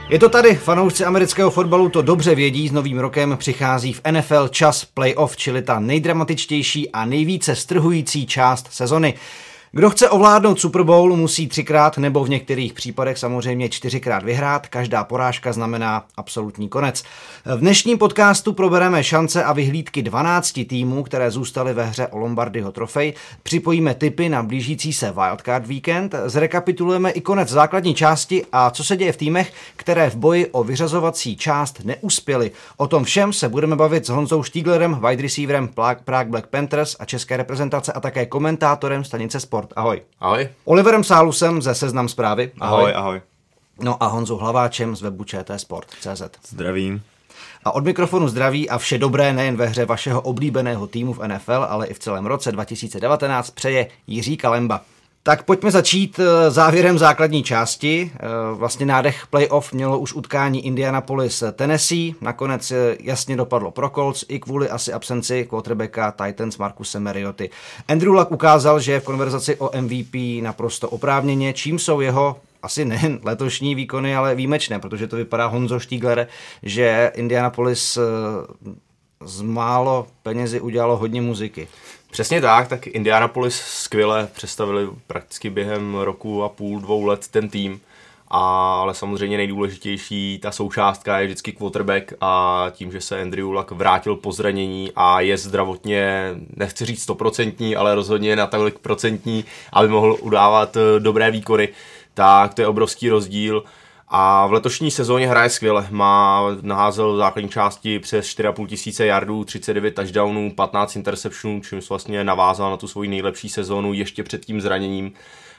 Je to tady, fanoušci amerického fotbalu to dobře vědí, s novým rokem přichází v NFL čas playoff, čili ta nejdramatičtější a nejvíce strhující část sezony. Kdo chce ovládnout Super Bowl, musí 3krát nebo v některých případech samozřejmě 4krát vyhrát. Každá porážka znamená absolutní konec. V dnešním podcastu probereme šance a vyhlídky 12 týmů, které zůstaly ve hře o Lombardyho trofej. Připojíme tipy na blížící se Wildcard Weekend. Zrekapitulujeme i konec základní části a co se děje v týmech, které v boji o vyřazovací část neuspěly. O tom všem se budeme bavit s Honzou Štíglerem, wide receiverem Prague Black Panthers a české reprezentace a také komentátorem stanice Sport. Ahoj. Ahoj. Oliverem Sálusem ze Seznam Zprávy. Ahoj. Ahoj. No a Honzou Hlaváčem z webu ČT-sport.cz. Zdravím. A od mikrofonu zdraví a vše dobré nejen ve hře vašeho oblíbeného týmu v NFL, ale i v celém roce 2019 přeje Jiří Kalemba. Tak pojďme začít závěrem základní části. Vlastně nádech playoff mělo už utkání Indianapolis-Tennessee. Nakonec jasně dopadlo pro Colts i kvůli asi absenci quarterbacka Titans Marcuse Marioty. Andrew Luck ukázal, že je v konverzaci o MVP naprosto oprávněně, čím jsou jeho asi nejen letošní výkony, ale výjimečné, protože to vypadá, Honzo Štíglere, že Indianapolis z málo penězi udělalo hodně muziky. Přesně tak Indianapolis skvěle představili prakticky během roku a půl, 2 let ten tým, ale samozřejmě nejdůležitější ta součástka je vždycky quarterback a tím, že se Andrew Luck vrátil po zranění a je zdravotně, nechci říct 100%, ale rozhodně natolik procentní, aby mohl udávat dobré výkony, tak to je obrovský rozdíl. A v letošní sezóně hraje skvěle, naházel v základní části přes 4,5 tisíce yardů, 39 touchdownů, 15 interceptionů, čímž vlastně navázal na tu svoji nejlepší sezónu ještě před tím zraněním.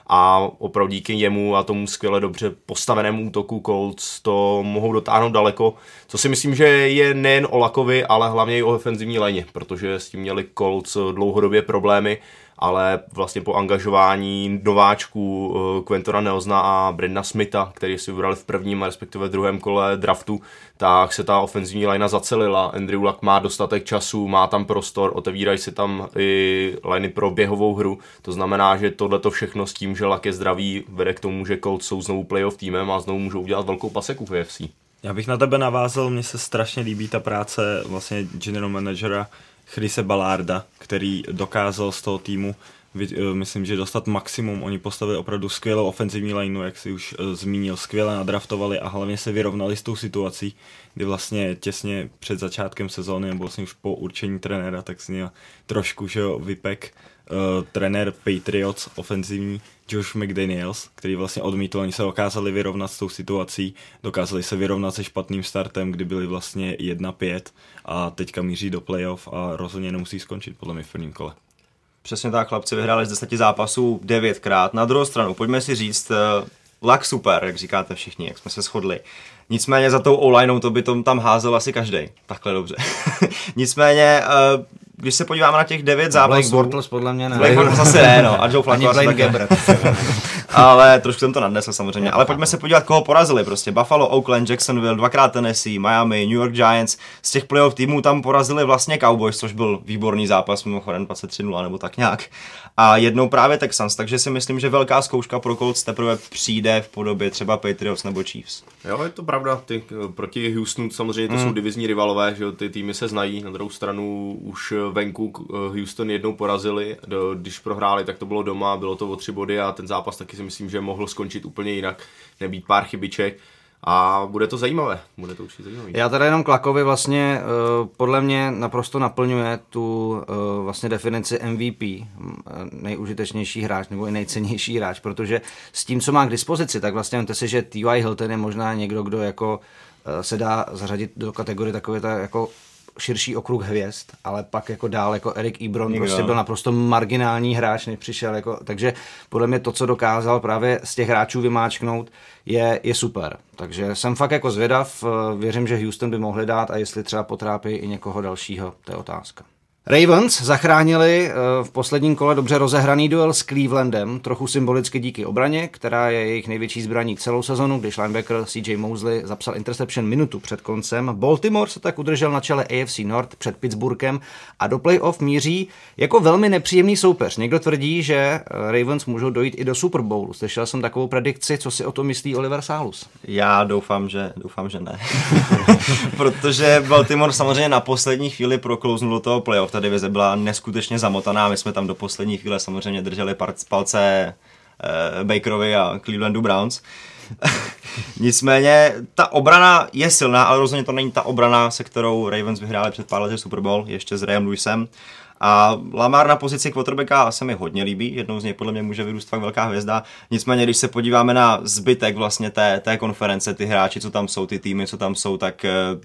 A opravdu díky jemu a tomu skvěle dobře postavenému útoku Colts to mohou dotáhnout daleko. Co si myslím, že je nejen o Luckovi, ale hlavně i o ofenzivní léně, protože s tím měli Colts dlouhodobě problémy, ale vlastně po angažování nováčků Quentona Nelsona a Brandona Smitha, který si vybrali v prvním a respektive druhém kole draftu, tak se ta ofenzivní linea zacelila. Andrew Luck má dostatek času, má tam prostor, otevírají se tam i liney pro běhovou hru. To znamená, že tohleto všechno s tím, že Luck je zdravý, vede k tomu, že Colts jsou znovu playoff týmem a znovu můžou udělat velkou paseku v AFC. Já bych na tebe navázal, mně se strašně líbí ta práce vlastně general managera Chrise Ballarda, který dokázal z toho týmu, myslím, že dostat maximum. Oni postavili opravdu skvělou ofenzivní lineu, jak si už zmínil, skvěle nadraftovali a hlavně se vyrovnali s tou situací, kdy vlastně těsně před začátkem sezóny, nebo vlastně už po určení trenéra, tak z něj trošku, že jo, vypek trenér Patriots ofenzivní Josh McDaniels, který vlastně odmítl, oni se dokázali vyrovnat s tou situací, dokázali se vyrovnat se špatným startem, kdy byli vlastně 1-5 a teďka míří do playoff a rozhodně nemusí skončit podle mě v prvním kole. Přesně tak, chlapci vyhráli z 10 zápasů 9krát. Na druhou stranu, pojďme si říct, Luck super, jak říkáte všichni, jak jsme se shodli. Nicméně za tou O-lineou to by tam házel asi každej. Takhle dobře. Nicméně, když se podíváme na těch 9 zápasů... Blake Bortles podle mě ne. Blake Bortles asi ne, no. A Joe Flacco asi taky. Ale trošku jsem to nadnesl samozřejmě. Ale pojďme se podívat, koho porazili prostě. Buffalo, Oakland, Jacksonville, 2krát Tennessee, Miami, New York Giants. Z těch playoff týmů tam porazili vlastně Cowboys, což byl výborný zápas, mimochodem 23-0 nebo tak nějak. A jednou právě Texans, takže si myslím, že velká zkouška pro Colts teprve přijde v podobě třeba Patriots nebo Chiefs. Jo, je to pravda. Proti Houstonu samozřejmě to jsou divizní rivalové, že ty týmy se znají. Na druhou stranu už venku Houston jednou porazili, když prohráli, tak to bylo doma, bylo to o 3 body a ten zápas taky si myslím, že mohl skončit úplně jinak, nebýt pár chybiček. A bude to zajímavé, bude to určitě zajímavé. Já teda jenom Klakovi vlastně podle mě naprosto naplňuje tu vlastně definici MVP, nejužitečnější hráč nebo i nejcennější hráč, protože s tím, co má k dispozici, tak vlastně vemte si, že T.Y. Hilton je možná někdo, kdo jako se dá zařadit do kategorie takové ta jako širší okruh hvězd, ale pak jako dál jako Eric Ebron prostě byl naprosto marginální hráč, než přišel, jako, takže podle mě to, co dokázal právě z těch hráčů vymáčknout, je super. Takže jsem fakt jako zvědav, věřím, že Houston by mohli dát a jestli třeba potrápí i někoho dalšího, to je otázka. Ravens zachránili v posledním kole dobře rozehraný duel s Clevelandem, trochu symbolicky díky obraně, která je jejich největší zbraní celou sezonu, když linebacker CJ Mosley zapsal interception minutu před koncem. Baltimore se tak udržel na čele AFC North před Pittsburghem a do playoff míří jako velmi nepříjemný soupeř. Někdo tvrdí, že Ravens můžou dojít i do Super Bowlu. Slyšel jsem takovou predikci, co si o tom myslí Oliver Salus? Já doufám, že ne. Protože Baltimore samozřejmě na poslední chvíli proklouznul do toho playoff. Ta divize byla neskutečně zamotaná, my jsme tam do poslední chvíle samozřejmě drželi palce Bakerovi a Clevelandu Browns. Nicméně ta obrana je silná, ale rozhodně to není ta obrana, se kterou Ravens vyhráli před pár lety Super Bowl, ještě s Rayem Lewisem. A Lamar na pozici quarterbacka se mi hodně líbí, jednou z něj podle mě může vyrůst fakt velká hvězda. Nicméně, když se podíváme na zbytek vlastně té konference, ty hráči, co tam jsou, ty týmy, co tam jsou, tak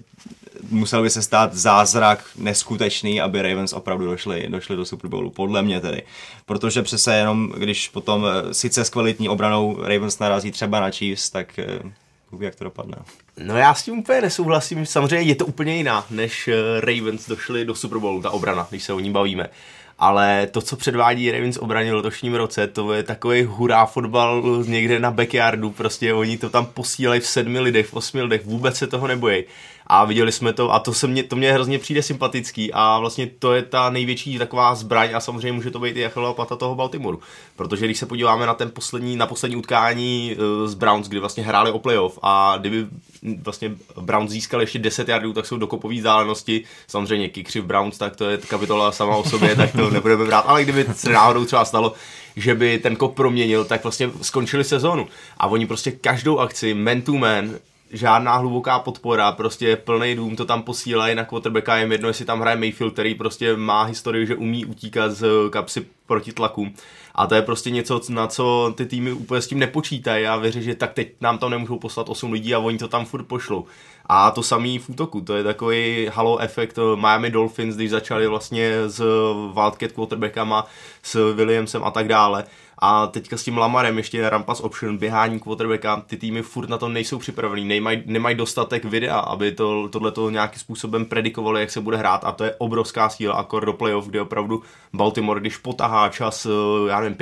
musel by se stát zázrak neskutečný, aby Ravens opravdu došli do Super Bowlu, podle mě tedy. Protože přece jenom, když potom sice s kvalitní obranou Ravens narazí třeba na Chiefs, tak jak to dopadne. No já s tím úplně nesouhlasím, samozřejmě je to úplně jiná, než Ravens došli do Super Bowlu, ta obrana, když se o ní bavíme. Ale to, co předvádí Ravens obraně v letošním roce, to je takový hurá fotbal někde na backyardu, prostě oni to tam posílají v 7 lidech, v 8 lidech, vůbec se toho nebojí. A viděli jsme to a to mě hrozně přijde sympatický a vlastně to je ta největší taková zbraň a samozřejmě může to být i Achillova pata toho Baltimoru. Protože když se podíváme na poslední utkání z Browns, kdy vlastně hráli o playoff a kdyby vlastně Browns získali ještě 10 yardů, tak jsou do kopové vzdálenosti. Samozřejmě kickři v Browns, tak to je kapitola sama o sobě, tak to nebudeme brát, ale kdyby se náhodou třeba stalo, že by ten kop proměnil, tak vlastně skončili sezónu. A oni prostě každou akci man to man, žádná hluboká podpora, prostě plný dům to tam posílají na quarterbacka, jim jedno, jestli tam hraje Mayfield, který prostě má historii, že umí utíkat z kapsy proti tlakům. A to je prostě něco, na co ty týmy úplně s tím nepočítají a věří, že tak teď nám tam nemůžou poslat 8 lidí a oni to tam furt pošlou. A to samý v útoku, to je takový halo efekt Miami Dolphins, když začali vlastně s Wildcat quarterbackama, s Williamsem a tak dále. A teďka s tím Lamarem ještě rampas option, běhání quarterbacka, ty týmy furt na to nejsou připravený, nemají dostatek videa, aby tohleto nějakým způsobem predikovali, jak se bude hrát a to je obrovská síla, akor do playoff, kde opravdu Baltimore, když potahá čas, já nevím,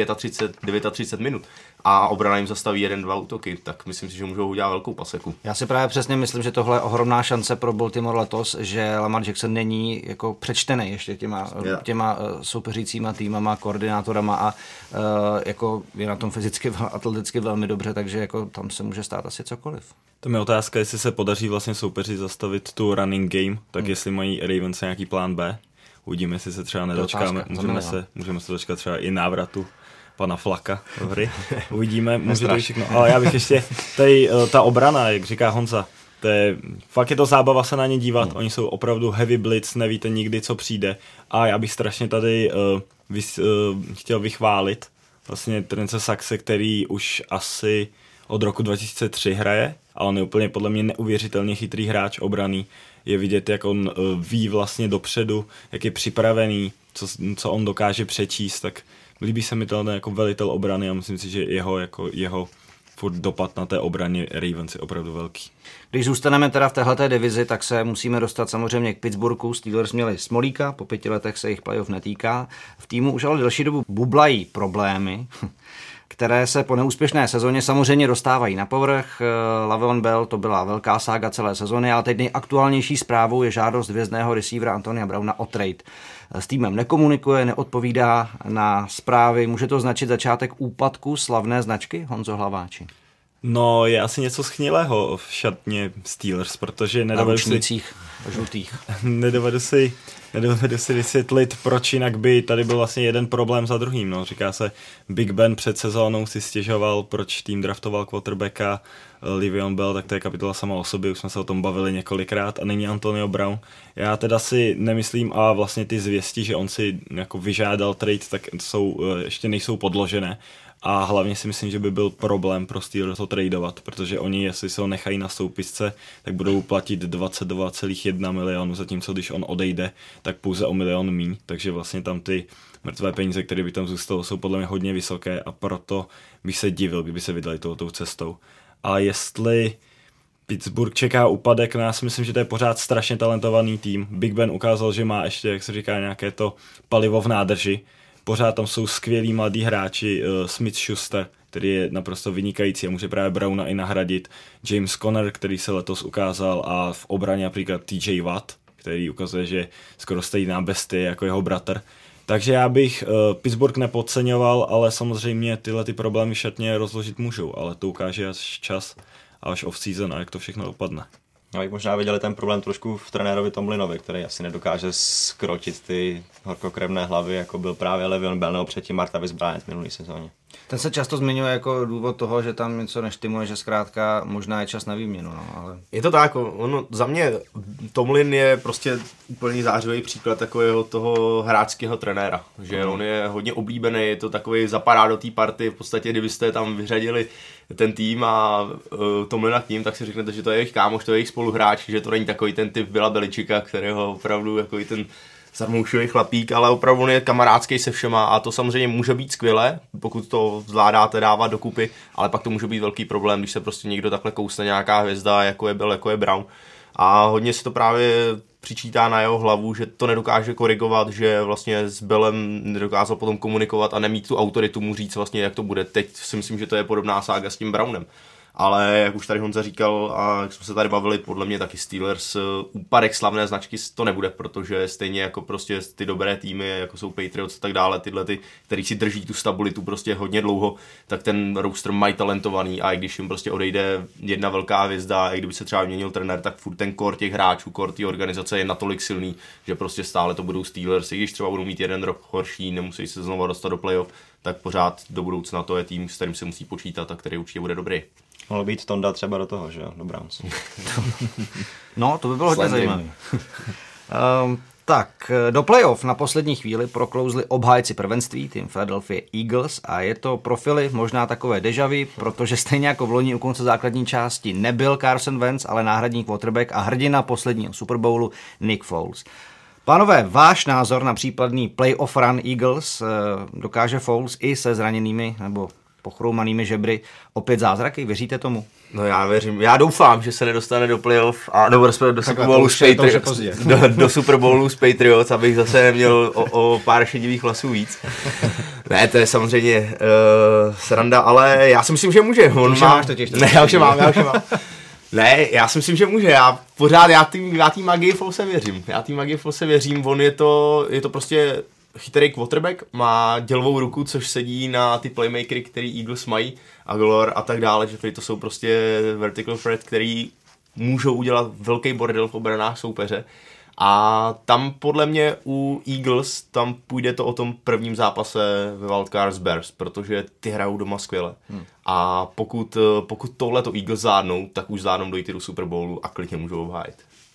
35-39 minut a obrana jim zastaví 1-2 útoky, tak myslím si, že můžou udělat velkou paseku. Já si právě přesně myslím, že tohle je ohromná šance pro Baltimore letos, že Lamar Jackson není jako přečtený ještě těma soupeřícíma týmama, koordinátorama a jako je na tom fyzicky atleticky velmi dobře, takže jako tam se může stát asi cokoliv. To je otázka, jestli se podaří vlastně soupeři zastavit tu running game, tak jestli mají Ravens nějaký plán B. Uvidíme, jestli se třeba nedočkáme, můžeme se dočkat třeba i návratu pana Flaka v hry. Uvidíme, může to všechno. Ale já bych ještě, tady ta obrana, jak říká Honza, fakt je to zábava se na ně dívat, oni jsou opravdu heavy blitz, nevíte nikdy, co přijde. A já bych strašně tady chtěl vychválit vlastně Trence Saxe, který už asi od roku 2003 hraje a on je úplně podle mě neuvěřitelně chytrý hráč obraný. Je vidět, jak on ví vlastně dopředu, jak je připravený, co on dokáže přečíst, tak líbí se mi ten jako velitel obrany a myslím si, že jeho furt dopad na té obraně Ravens je opravdu velký. Když zůstaneme teda v téhleté divizi, tak se musíme dostat samozřejmě k Pittsburghu. Steelers měli smolíka, po 5 letech se jich playoff netýká. V týmu už ale delší dobu bublají problémy, které se po neúspěšné sezóně samozřejmě dostávají na povrch. Le'Veon Bell, to byla velká sága celé sezóny, ale teď nejaktuálnější zprávou je žádost hvězdného receivera Antonia Browna o trade. S týmem nekomunikuje, neodpovídá na zprávy. Může to značit začátek úpadku slavné značky, Honzo Hlaváči? No, je asi něco schnilého v šatně Steelers, protože nedovedu si vysvětlit, proč jinak by tady byl vlastně jeden problém za druhým. No. Říká se, Big Ben před sezónou si stěžoval, proč tým draftoval quarterbacka Le'Veon Bell, tak to je kapitola sama o sobě, už jsme se o tom bavili několikrát a nyní Antonio Brown. Já teda si nemyslím a vlastně ty zvěsti, že on si jako vyžádal trade, tak ještě nejsou podložené. A hlavně si myslím, že by byl problém pro Steelers to tradovat, protože oni, jestli se ho nechají na soupisce, tak budou platit 22,1 milionu, zatímco když on odejde, tak pouze o milion míň, takže vlastně tam ty mrtvé peníze, které by tam zůstalo, jsou podle mě hodně vysoké a proto bych se divil, kdyby se vydali touto cestou. A jestli Pittsburgh čeká úpadek, no já si myslím, že to je pořád strašně talentovaný tým. Big Ben ukázal, že má ještě, jak se říká, nějaké to palivo v nádrži. Pořád tam jsou skvělí mladí hráči, Smith-Schuster, který je naprosto vynikající a může právě Browna i nahradit. James Conner, který se letos ukázal, a v obraně například TJ Watt, který ukazuje, že skoro stejná bestie jako jeho bratr. Takže já bych Pittsburgh nepodceňoval, ale samozřejmě tyhle ty problémy šatně rozložit můžou, ale to ukáže až čas a až off-season a jak to všechno dopadne. Já bych možná viděli ten problém trošku v trenérovi Tomlinovi, který asi nedokáže skrotit ty horkokrevné hlavy, jako byl právě Le'Veon Bell nebo předtím Martavis Bryant v minulý sezóně. Ten se často zmiňuje jako důvod toho, že tam něco neštimuje, že zkrátka možná je čas na výměnu. No, ale... Je to tak, za mě Tomlin je prostě úplně zářivý příklad takového toho hráčského trenéra, že on je hodně oblíbený, je to takový zapadá do té party, v podstatě kdybyste tam vyřadili ten tým a Tomlina k ním, tak si řeknete, že to je jejich kámoš, to je jejich spoluhráč, že to není takový ten typ Billa Beličika, kterého opravdu jako ten zarmoušilý chlapík, ale opravdu on je kamarádský se všema a to samozřejmě může být skvělé, pokud to zvládáte dávat dokupy, ale pak to může být velký problém, když se prostě někdo takhle kousne nějaká hvězda, jako je Bell, jako je Brown. A hodně si to právě přičítá na jeho hlavu, že to nedokáže korigovat, že vlastně s Bellem nedokázal potom komunikovat a nemít tu autoritu mu říct vlastně, jak to bude. Teď si myslím, že to je podobná sága s tím Brownem. Ale jak už tady Honza říkal a jak jsme se tady bavili, podle mě taky Steelers úpadek slavné značky to nebude, protože stejně jako prostě ty dobré týmy, jako jsou Patriots a tak dále, tyhle ty, který si drží tu stabilitu prostě hodně dlouho, tak ten roster mají talentovaný a i když jim prostě odejde jedna velká hvězda, i kdyby se třeba měnil trenér, tak furt ten core těch hráčů, core té organizace je natolik silný, že prostě stále to budou Steelers, i když třeba budou mít jeden rok horší, nemusí se znovu dostat do playoff, tak pořád do budoucna to je tým, s kterým se musí počítat a který určitě bude dobrý. Mohl být Tonda třeba do toho, že jo, do Browns. No, to by bylo hodně zajímavé. Tak, do playoff na poslední chvíli proklouzli obhájci prvenství, tým Philadelphia Eagles, a je to pro Philly možná takové deja vu, protože stejně jako v loni u konce základní části nebyl Carson Wentz, ale náhradní quarterback a hrdina posledního Super Bowlu Nick Foles. Pánové, váš názor na případný playoff run Eagles, dokáže Foles i se zraněnými nebo pochroumanými žebry opět zázraky, věříte tomu? No já věřím, já doufám, že se nedostane do playoff a nebo do Super Bowlu s Patriots, do Super Bowlu s Patriots, abych zase neměl o pár šedivých hlasů víc. Ne, to je samozřejmě sranda, ale já si myslím, že může. Já už je mám. Ne, já si myslím, že může. Já tým magii Folese věřím. On je to prostě chytrý quarterback, má dělovou ruku, což sedí na ty playmakery, který Eagles mají, Aguilar a tak dále, že to jsou prostě vertical threat, který můžou udělat velký bordel v obranách soupeře. A tam podle mě u Eagles, tam půjde to o tom prvním zápase ve Wildcard Bears, protože ty hrajou doma skvěle. A pokud tohleto Eagles zvládnou, tak už zvládnou dojít do Super Bowlu a klidně můžou obhájit.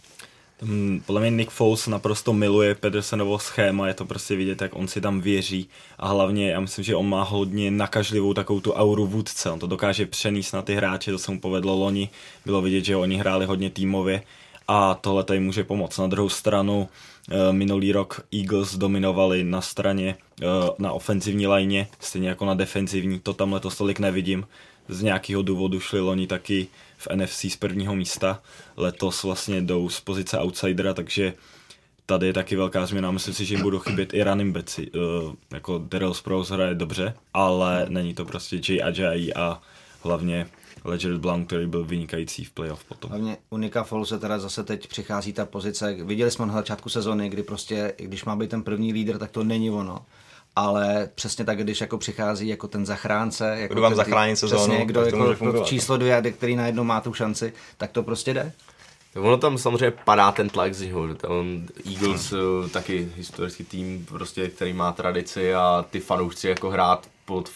Podle mě Nick Foles naprosto miluje Pedersenovo schéma, je to prostě vidět, jak on si tam věří a hlavně já myslím, že on má hodně nakažlivou takovou tu auru vůdce, on to dokáže přenést na ty hráče, to se mu povedlo loni, bylo vidět, že oni hráli hodně týmově a tohle tady může pomoct. Na druhou stranu minulý rok Eagles dominovali na straně, na ofenzivní lajně, stejně jako na defenzivní, to tam letos tolik nevidím. Z nějakého důvodu šli loni taky v NFC z prvního místa, letos vlastně jdou z pozice outsidera, takže tady je taky velká změna. Myslím si, že jim budou chybět i running backi. Jako Darrell Sproles hraje dobře, ale není to prostě Jay Ajayi a hlavně Ledger Blount, který byl vynikající v playoff potom. Hlavně u Nicka Folese teda zase teď přichází ta pozice, viděli jsme na začátku sezony, kdy prostě, když má být ten první lídr, tak to není ono. Ale přesně tak, když jako přichází jako ten zachránce, jako kdo vám zachránit sezónu, přesně, kdo jako číslo 2, který najednou má tu šanci, tak to prostě jde. Ono tam samozřejmě padá ten tlak z něho, Eagles taky historický tým, prostě, který má tradici a ty fanoušci jako hrát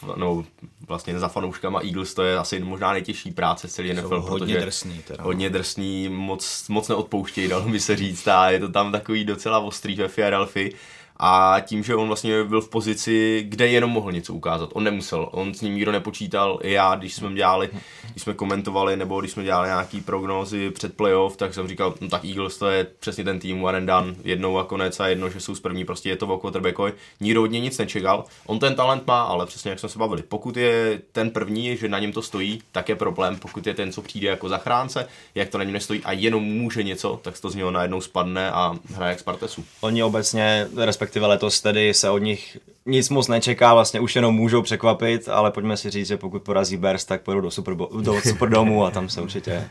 vlastně za fanouškama Eagles, to je asi možná nejtěžší práce celý NFL, hodně drsný, moc neodpouštějí, dalo by se říct, a je to tam takový docela ostrý ve Philadelphii. A tím, že on vlastně byl v pozici, kde jenom mohl něco ukázat. On nemusel, on s ním nikdo nepočítal. I já, když jsme komentovali, nebo když jsme dělali nějaký prognózy před playoff, tak jsem říkal, no tak Eagles to je přesně ten tým one and done, jednou a konec a jedno, že jsou z první, prostě je to o quarterbackovi. Nikdo od něj nic nečekal. On ten talent má, ale přesně jak jsme se bavili. Pokud je ten první, že na něm to stojí, tak je problém. Pokud je ten, co přijde jako zachránce, jak to na něm nestojí a jenom může něco, tak to z něho najednou spadne a hraje jak Spartesu. Oni obecně, respektive letos tedy se od nich nic moc nečeká, vlastně už jenom můžou překvapit, ale pojďme si říct, že pokud porazí Bears, tak půjdou do Superdomu a tam se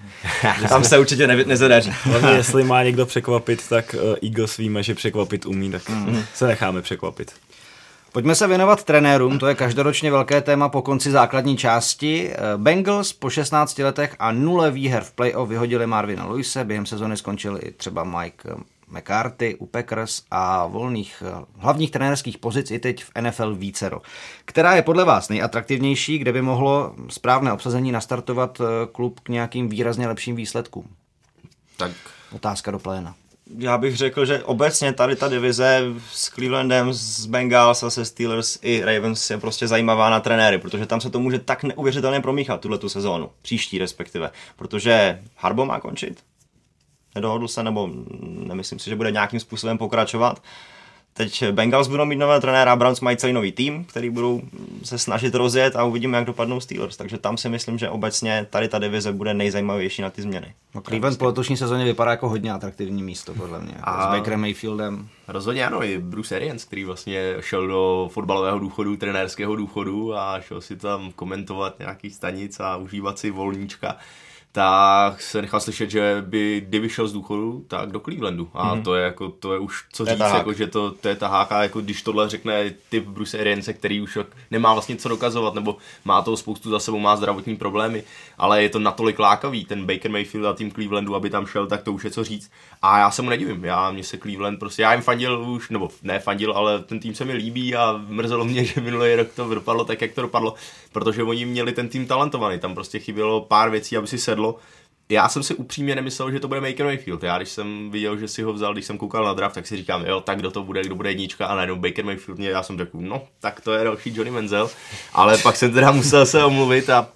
určitě nezadaří. Hlavně jestli má někdo překvapit, tak Eagles víme, že překvapit umí, tak se necháme překvapit. Pojďme se věnovat trenérům, to je každoročně velké téma po konci základní části. Bengals po 16 letech a 0 výher v playoff vyhodili Marvina Lewise, během sezony skončil i třeba Mike McCarthy u Packers a volných hlavních trenérských pozic i teď v NFL vícero. Která je podle vás nejatraktivnější, kde by mohlo správné obsazení nastartovat klub k nějakým výrazně lepším výsledkům? Tak otázka do pléna. Já bych řekl, že obecně tady ta divize s Clevelandem, s Bengals a se Steelers i Ravens je prostě zajímavá na trenéry, protože tam se to může tak neuvěřitelně promíchat tuhletu sezónu, příští respektive, protože Harbaugh má končit. Nedohodl se, nebo nemyslím si, že bude nějakým způsobem pokračovat. Teď Bengals budou mít nového trenéra, Browns mají celý nový tým, který budou se snažit rozjet a uvidíme, jak dopadnou Steelers. Takže tam si myslím, že obecně tady ta divize bude nejzajímavější na ty změny. No, Cleveland po letošní sezóně vypadá jako hodně atraktivní místo, podle mě. A s Bakerem Mayfieldem. Rozhodně ano, i Bruce Arians, který vlastně šel do fotbalového důchodu, trenérského důchodu a šel si tam komentovat nějaký stanic a užívat si volníčka. Tak se nechal slyšet, že by kdyby šel z důchodu, tak do Clevelandu. A to je už co říct, jako, že to je tahák, a jako když tohle řekne typ Bruce Arianse, který už nemá vlastně co dokazovat, nebo má toho spoustu za sebou, má zdravotní problémy, ale je to natolik lákavý, ten Baker Mayfield a tým Clevelandu, aby tam šel, tak to už je co říct. A já se mu nedivím, mně se Cleveland prostě, já jim fandil už, nebo ne fandil, ale ten tým se mi líbí a mrzelo mě, že minulý rok to dopadlo tak, jak to dopadlo, protože oni měli ten tým talentovaný, tam prostě chybělo pár věcí, aby si sedlo. Já jsem si upřímně nemyslel, že to bude Baker Mayfield. Já když jsem viděl, že si ho vzal, když jsem koukal na draft, tak si říkám, jo, tak kdo to bude, kdo bude jednička, a najednou Baker Mayfield, já jsem řekl, no, tak to je další Johnny Manziel, ale pak jsem teda musel se omluvit a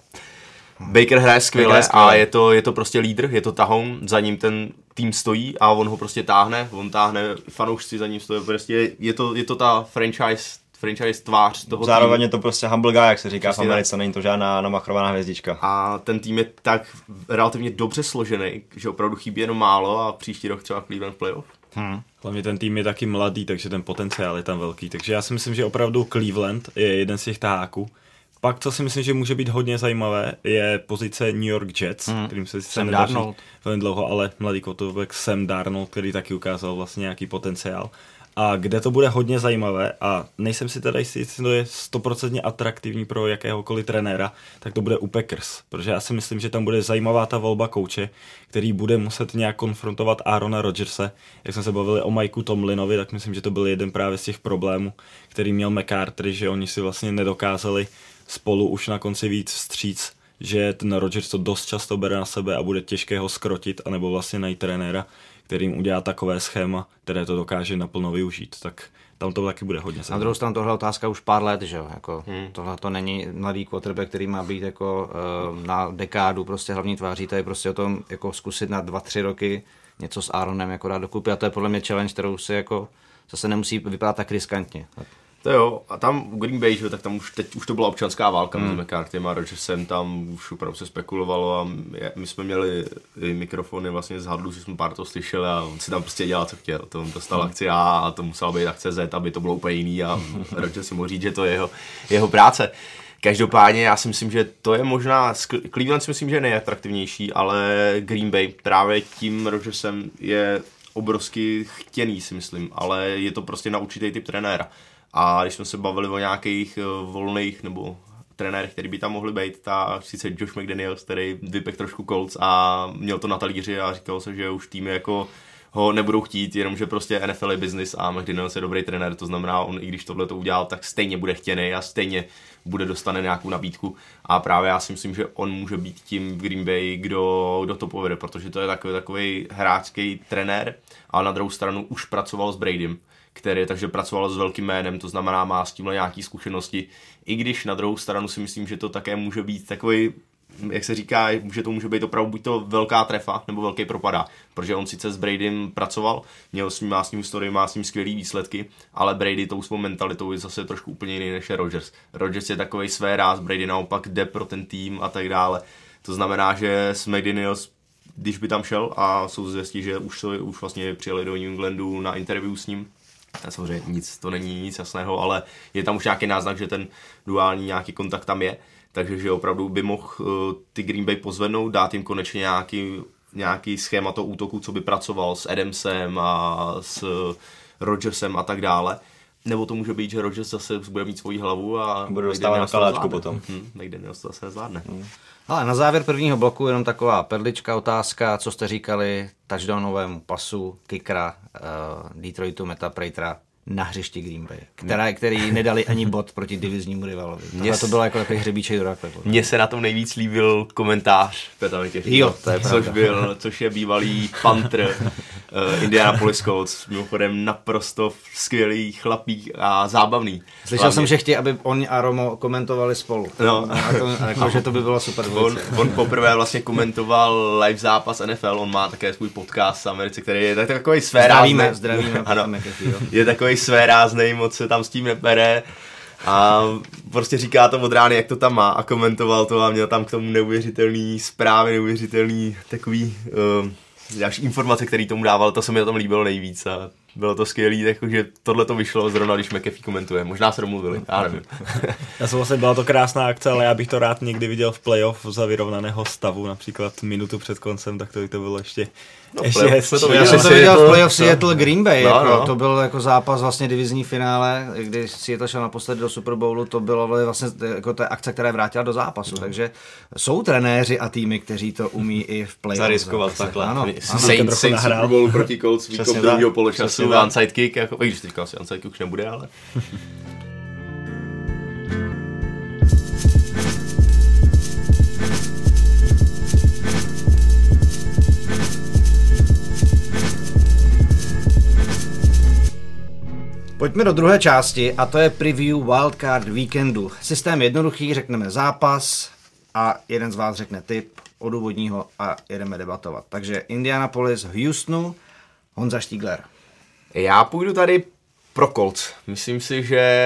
Baker hraje skvěle a je to prostě lídr, je to tahoun, za ním ten tým stojí a on ho prostě táhne, fanoušci za ním stojí, prostě je to ta franchise tvář toho zároveň týmu. Je to prostě humble guy, jak se říká v Americe, není to žádná namachrovaná hvězdička. A ten tým je tak relativně dobře složený, že opravdu chybí jenom málo a příští rok třeba Cleveland playoff. Hlavně ten tým je taky mladý, takže ten potenciál je tam velký. Takže já si myslím, že opravdu Cleveland je jeden z těch taháků. Pak, co si myslím, že může být hodně zajímavé, je pozice New York Jets, kterým se sice nedaří velmi dlouho, ale mladý quarterback Sam Darnold, který taky ukázal vlastně nějaký potenciál. A kde to bude hodně zajímavé, a nejsem si teda jistý, jestli to je 100% atraktivní pro jakéhokoliv trenéra, tak to bude u Packers, protože já si myslím, že tam bude zajímavá ta volba kouče, který bude muset nějak konfrontovat Aarona Rodgerse. Jak jsme se bavili o Mikeu Tomlinovi, tak myslím, že to byl jeden právě z těch problémů, který měl McCarthy, že oni si vlastně nedokázali spolu už na konci víc vstříc, že ten Rodgers to dost často bere na sebe a bude těžké ho skrotit, anebo vlastně najít trenéra, kterým udělá takové schéma, které to dokáže naplno využít, tak tam to taky bude hodně. Na druhou stranu tohle otázka už pár let, že jo, jako tohle to není mladý quarterback, který má být jako na dekádu prostě hlavní tváří, to je prostě o tom jako zkusit na 2-3 roky něco s Aaronem jako dát dokupy, a to je podle mě challenge, kterou si jako zase nemusí vypadat tak riskantně. To jo, a tam u Green Bay, že, tak tam už to byla občanská válka mezi McCarthym a Rodgersem, tam už opravdu se spekulovalo a my jsme měli mikrofony vlastně z Hadlu, že jsme pár to slyšeli a on si tam prostě dělal, co chtěl. To on dostal akci A a to musela být akce Z, aby to bylo úplně jiný a Rodgers si mohl říct, že to je jeho práce. Každopádně já si myslím, že to je možná, Cleveland si myslím, že je nejatraktivnější, ale Green Bay právě tím Rodgersem je obrovsky chtěný, si myslím, ale je to prostě na určitý typ trenéra. A když jsme se bavili o nějakých volných nebo trenérech, který by tam mohli být, tak sice Josh McDaniels, který vypek trošku Colts a měl to na talíři a říkalo se, že už tým je jako ho nebudou chtít, jenomže prostě NFL je business a McDaniels je dobrý trenér, to znamená, on i když tohle to udělal, tak stejně bude chtěný a stejně dostane nějakou nabídku a právě já si myslím, že on může být tím v Green Bay, kdo to povede, protože to je takový hráčský trenér, ale na druhou stranu už pracoval s Bradym, takže pracoval s velkým jménem, to znamená, má s tímhle nějaký zkušenosti, i když na druhou stranu si myslím, že to také může být takový, jak se říká, může být opravdu buď to velká trefa, nebo velký propadá, protože on sice s Bradym pracoval, má s ním historii, má s ním skvělý výsledky, ale Brady tou svou mentalitou je zase trošku úplně jiný než je Rodgers. Rodgers je takovej své ráz, Brady naopak jde pro ten tým a tak dále. To znamená, že s McDaniels, když by tam šel a jsou zvěstí, že už vlastně přijeli do New Englandu na interview s ním, samozřejmě to není nic jasného, ale je tam už nějaký náznak, že ten duální nějaký kontakt tam je. Takže že opravdu by mohl ty Green Bay pozvednout, dát jim konečně nějaký schéma toho útoku, co by pracoval s Adamsem a s Rodgersem a tak dále. Nebo to může být, že Rodgers zase bude mít svoji hlavu a bude dostávat na kaláčku potom. McDaniels to zase zvládne. Ale na závěr prvního bloku jenom taková perlička, otázka, co jste říkali touchdownovému pasu kickera Detroitu Meta Pratera na hřišti Green Bay, který nedali ani bod proti diviznímu rivalovi. To bylo jako takový hřebíček do rakve. Mně se na tom nejvíc líbil komentář Peta McAfee, jo, to je což je bývalý punter Indianapolis Colts, mimochodem naprosto skvělý chlapík a zábavný. Slyšel jsem, že chtějí, aby on a Romo komentovali spolu. No. Že to by bylo super. On poprvé vlastně komentoval live zápas NFL, on má také svůj podcast v Americe, který je takový svérázný. Zdravíme. Ano, je takový svéráznej, moc se tam s tím nepere. A prostě říká to od rány, jak to tam má a komentoval to a měl tam k tomu neuvěřitelný zprávy, neuvěřitelný takový další informace, který tomu dával, to se mi na tom líbilo nejvíc a bylo to skvělý, takže tohle to vyšlo zrovna, když McAfee komentuje. Možná se domluvili, já nevím. Já souhlasím, byla to krásná akce, ale já bych to rád někdy viděl v playoff za vyrovnaného stavu, například minutu před koncem, tak to by to bylo ještě hezčí. Já jsem to viděl v playoff Seattle Green Bay, to byl jako zápas vlastně divizní finále, když Seattle šel naposledy do Super Bowlu, to bylo vlastně jako ta akce, která vrátila do zápasu, takže jsou trenéři a týmy, kteří to umí i v playoff. Zariskovat takhle. Ano. Saints Super Bowl proti Colts, výkop druhého poločasu, onside kick, jako, když teďka asi onside kick už nebude, ale... Pojďme do druhé části a to je preview Wildcard víkendu. Systém je jednoduchý, řekneme zápas a jeden z vás řekne tip, odůvodní ho a jedeme debatovat. Takže Indianapolis v Houstonu, Honza Štígler. Já půjdu tady pro Colts. Myslím si,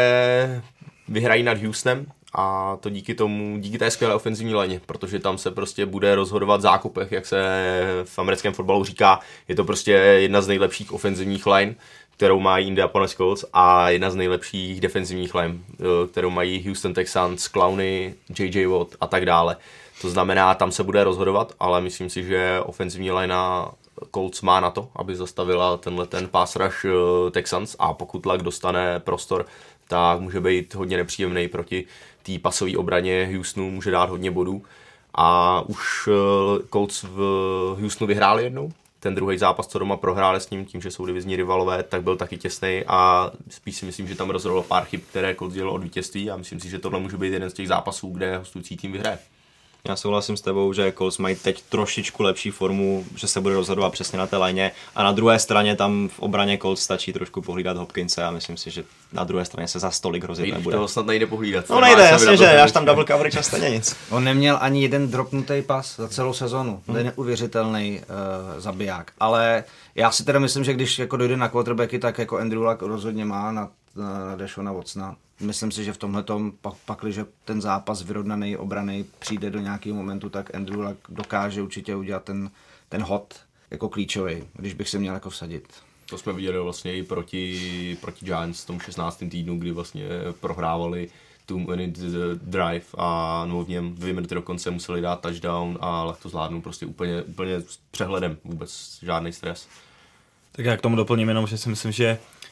že vyhrají nad Houstonem a to díky té skvělé ofenzivní lině, protože tam se prostě bude rozhodovat v zákopech, jak se v americkém fotbalu říká. Je to prostě jedna z nejlepších ofenzivních line, kterou mají Indianapolis Colts a jedna z nejlepších defenzivních line, kterou mají Houston Texans, Clowney, J.J. Watt a tak dále. To znamená, tam se bude rozhodovat, ale myslím si, že ofenzivní linea Colts má na to, aby zastavila ten pass rush Texans a pokud Luck dostane prostor, tak může být hodně nepříjemný proti té pasové obraně Houstonu, může dát hodně bodů a už Colts v Houstonu vyhráli jednou. Ten druhý zápas, co doma prohráli s ním, tím, že jsou divizní rivalové, tak byl taky těsnej a spíš si myslím, že tam rozhodlo pár chyb, které Colts dělalo od vítězství a myslím si, že tohle může být jeden z těch zápasů, kde hostující tým vyhraje. Já souhlasím s tebou, že Colts mají teď trošičku lepší formu, že se bude rozhodovat přesně na té lině a na druhé straně tam v obraně Colts stačí trošku pohlídat Hopkinse a myslím si, že na druhé straně se za stolik hrozit nebude. To snad nejde pohlídat. No nejde, jasně, že až tam double coverage a stejně nic. On neměl ani jeden dropnutý pas za celou sezonu. To je neuvěřitelný zabiják. Ale já si teda myslím, že když jako dojde na quarterbacky, tak jako Andrew Luck rozhodně má na Deshona Watsona. Myslím si, že v tomhletom pakliže ten zápas vyrovnaný, obraný přijde do nějakého momentu, tak Andrew Luck dokáže určitě udělat ten hod jako klíčový, když bych se měl jako vsadit. To jsme viděli vlastně i proti Giants v tom 16. týdnu, kdy vlastně prohrávali 2-minute drive a no v něm 2 minuty do konce museli dát touchdown a Luck to zvládnul prostě úplně s přehledem, vůbec žádný stres. Tak já k tomu doplním jenom, že si myslím, že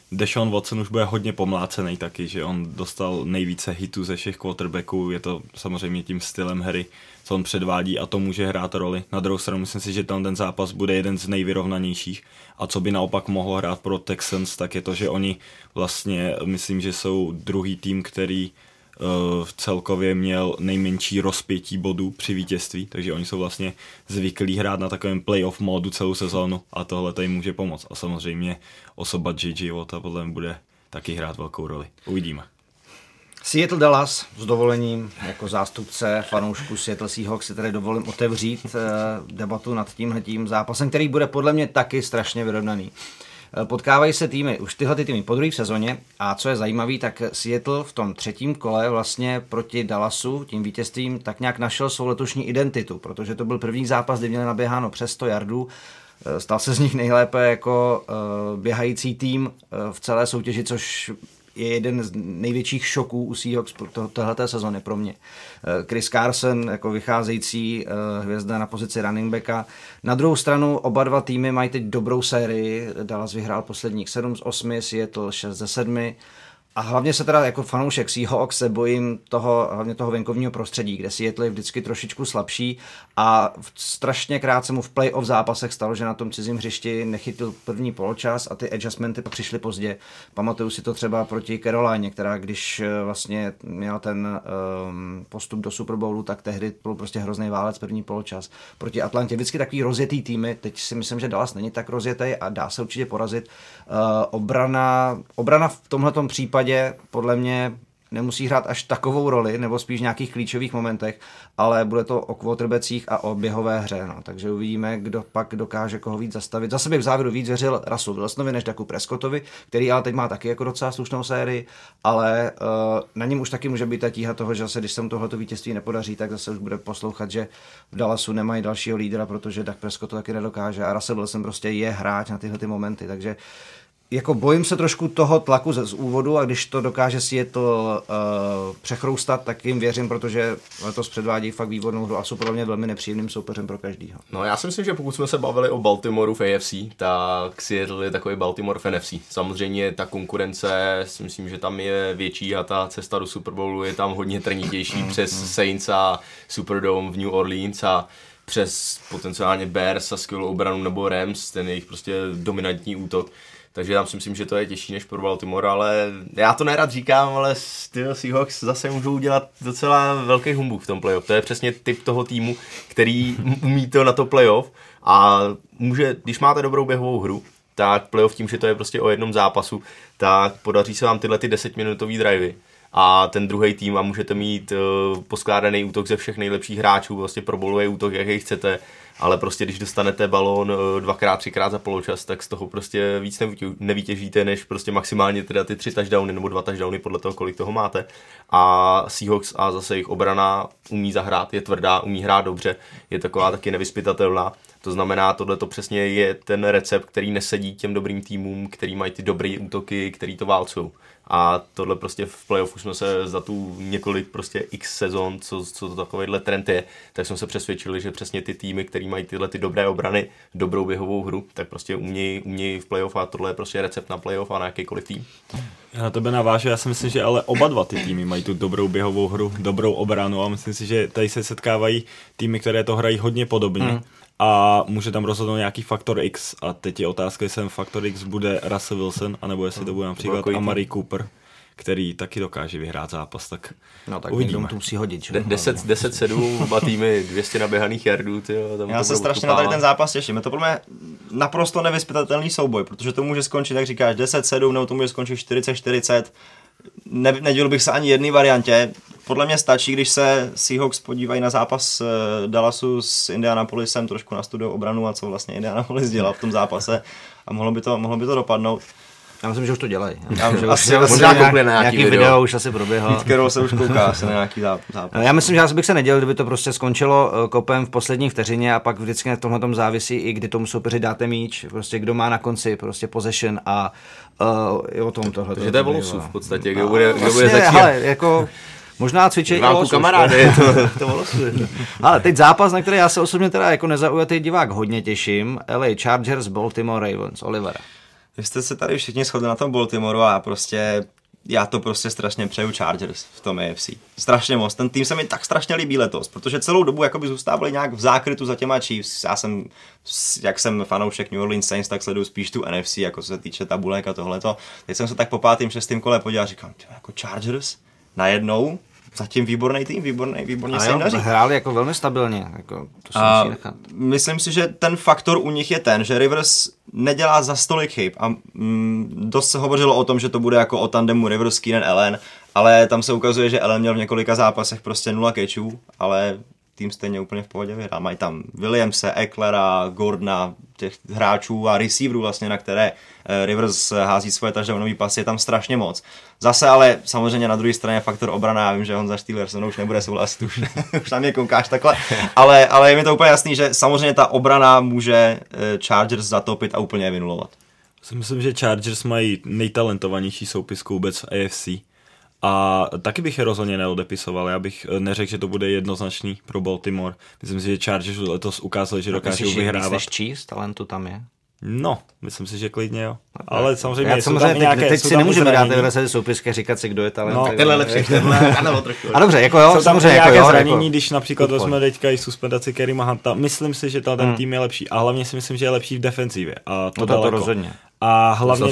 Deshaun Watson už bude hodně pomlácený taky, že on dostal nejvíce hitů ze všech quarterbacků, je to samozřejmě tím stylem hry, co on předvádí a to může hrát roli. Na druhou stranu myslím si, že ten zápas bude jeden z nejvyrovnanějších a co by naopak mohlo hrát pro Texans, tak je to, že oni vlastně, myslím, že jsou druhý tým, který celkově měl nejmenší rozpětí bodů při vítězství, takže oni jsou vlastně zvyklí hrát na takovém playoff módu celou sezónu a tohle jim může pomoct. A samozřejmě osoba J.J. Watta podle mě bude taky hrát velkou roli. Uvidíme. Seattle Dallas s dovolením jako zástupce fanoušků Seattle Seahawks si tady dovolím otevřít debatu nad tímhletím zápasem, který bude podle mě taky strašně vyrovnaný. Potkávají se týmy, už tyhle týmy po druhé v sezóně a co je zajímavé, tak Seattle v tom třetím kole vlastně proti Dallasu tím vítězstvím tak nějak našel svou letošní identitu, protože to byl první zápas, kdy měli naběháno přes 100 yardů, stal se z nich nejlépe jako běhající tým v celé soutěži, což je jeden z největších šoků u Seahawks téhleté sezony pro mě. Chris Carson jako vycházející hvězda na pozici running backa. Na druhou stranu oba dva týmy mají teď dobrou sérii. Dallas vyhrál posledních 7 z 8, Seattle 6 ze 7. A hlavně se teda jako fanoušek Seahawks se bojím hlavně toho venkovního prostředí, kde Seattle je vždycky trošičku slabší a strašně krát se mu v playoff zápasech stalo, že na tom cizím hřišti nechytil první poločas a ty adjustmenty pak přišly pozdě. Pamatuju si to třeba proti Carolině, která když vlastně měla ten postup do Super Bowlu, tak tehdy byl prostě hrozný válec první poločas. Proti Atlantě vždycky takový rozjetý týmy, teď si myslím, že Dallas není tak rozjetý a dá se určitě porazit. Obrana v tomhletom případě podle mě nemusí hrát až takovou roli, nebo spíš v nějakých klíčových momentech, ale bude to o quarterbackích a o běhové hře. No. Takže uvidíme, kdo pak dokáže koho víc zastavit. Zase bych v závěru víc věřil Russellu Wilsonovi než Daku Prescottovi, který ale teď má taky jako docela slušnou sérii, ale na něm už taky může být ta tíha toho, že zase, když se mu tohleto vítězství nepodaří, tak zase už bude poslouchat, že v Dallasu nemají dalšího lídra, protože Dak Prescott to taky nedokáže a Russell Wilson prostě je hráč na tyhle ty momenty, takže jako bojím se trošku toho tlaku z úvodu a když to dokáže Seattle přechroustat, tak jim věřím, protože letos předvádí fakt výbornou hru a jsou pro mě velmi nepříjemným soupeřem pro každýho. No já si myslím, že pokud jsme se bavili o Baltimoru v AFC, tak Seattle je takový Baltimore v NFC. Samozřejmě ta konkurence, si myslím, že tam je větší a ta cesta do Super Bowlu je tam hodně trnitější přes Saints a Superdome v New Orleans a přes potenciálně Bears a skvělou obranu nebo Rams, ten jejich prostě dominantní útok. Takže já si myslím, že to je těžší než pro Baltimore, ale já to nerad říkám, ale Seahawks zase můžou udělat docela velký humbuk v tom playoff. To je přesně typ toho týmu, který umí to na to playoff a může, když máte dobrou běhovou hru, tak playoff tím, že to je prostě o jednom zápasu, tak podaří se vám tyhle ty 10-minutový drivey a ten druhý tým a můžete mít poskládaný útok ze všech nejlepších hráčů, vlastně pro bowlový útok, jaký chcete, ale prostě když dostanete balón 2x, 3x za poločas, tak z toho prostě víc nevytěžíte, než prostě maximálně teda ty 3 touchdowny nebo 2 touchdowny podle toho, kolik toho máte. A Seahawks a zase jejich obrana umí zahrát, je tvrdá, umí hrát dobře, je taková taky nevyzpytatelná. To znamená, tohle to přesně je ten recept, který nesedí těm dobrým týmům, který mají ty dobré útoky, který to válcujou. A tohle prostě v playoffu jsme se za tu několik prostě x sezon, co to takovýhle trend je, tak jsme se přesvědčili, že přesně ty týmy, který mají tyhle ty dobré obrany, dobrou běhovou hru, tak prostě umějí v playoff a tohle je prostě recept na playoff a na jakýkoliv tým. Já na tebe navážu, já si myslím, že ale oba dva ty týmy mají tu dobrou běhovou hru, dobrou obranu a myslím si, že tady se setkávají týmy, které to hrají hodně podobně. A může tam rozhodnout nějaký faktor X a teď je otázka, jestli ten faktor X bude Russell Wilson, anebo jestli to bude například Amari Cooper, který taky dokáže vyhrát zápas, tak uvidíme. To musí hodit. 10-7, oba týmy 200 naběhaných yardů. Já se strašně na tady ten zápas těším. Je to pro mě naprosto nevyzpytatelný souboj, protože to může skončit, jak říkáš, 10-7, nebo to může skončit 40-40. Nedělil bych se ani jedné variantě. Podle mě stačí, když se Seahawks podívají na zápas Dallasu s Indianapolisem, trošku nastudují obranu a co vlastně Indianapolis dělal v tom zápase a mohlo by to dopadnout. Já myslím, že už to dělají. Možná koukli na nějaký video už asi proběhlo. Pete Carroll se už kouká asi na nějaký zápas. Já myslím, že já bych se nedělal, kdyby to prostě skončilo kopem v poslední vteřině a pak vždycky na tomhle tom závisí i kdy tomu soupeři dáte míč, prostě kdo má na konci prostě possession a je o tom tohle. Takže to je Volosův v podstatě, kdo bude začít. Ale jako možná cvičej Volosův. Kamarády, to Volosův. Ale teď zápas, na který já se osobně teda jako nezaujatý divák hodně těším. LA Chargers, Baltimore Ravens, Olivera. Vy jste se tady všichni shodli na tom Baltimoreu a já to prostě strašně přeju Chargers v tom AFC. Strašně moc. Ten tým se mi tak strašně líbí letos, protože celou dobu jakoby zůstávali nějak v zákrytu za těma Chiefs. Jak jsem fanoušek New Orleans Saints, tak sleduju spíš tu NFC, jako co se týče tabulek a tohleto. Teď jsem se tak po 5., 6. kole podíval a říkám, jako Chargers najednou, zatím výborný tým, výborně se jim daří. Hráli jako velmi stabilně, jako to se musí nechat. Myslím si, že ten faktor u nich je ten, že Rivers nedělá za stolik chyb a dost se hovořilo o tom, že to bude jako o tandemu Rivers, Keenan, Allen, ale tam se ukazuje, že Allen měl v několika zápasech prostě 0 catchů, ale tým stejně úplně v pohodě vyhrál. Mají tam Williamse, Eklera, Gordona, těch hráčů a receiverů vlastně, na které Rivers hází svoje touchdownové pasy, je tam strašně moc. Zase ale samozřejmě na druhé straně faktor obrana, já vím, že Honza Štýler se mnou už nebude souhlasit, už na mě koukáš takhle, ale je mi to úplně jasný, že samozřejmě ta obrana může Chargers zatopit a úplně je vynulovat. Myslím, že Chargers mají nejtalentovanější soupisku vůbec v AFC. A taky bych je rozhodně neodepisoval, já bych neřekl, že to bude jednoznačný pro Baltimore. Myslím si, že Chargers letos ukázali, že dokážou vyhrávat. Myslíš, Chiefs, talentu tam je? No, myslím si, že klidně jo. Ale samozřejmě teď si nemůžeme dát tyhle soupisky říkat si, kdo je talent. No, tenhle lepší, tenhle trošku. A dobře, jako jo, jsou samozřejmě nějaké jako zranění, jako když například vezme teďka i suspendaci Kerryma Hunta. Myslím si, že ten tým je lepší. A hlavně si myslím, že je lepší v defenzivě. A to rozhodně. A hlavně,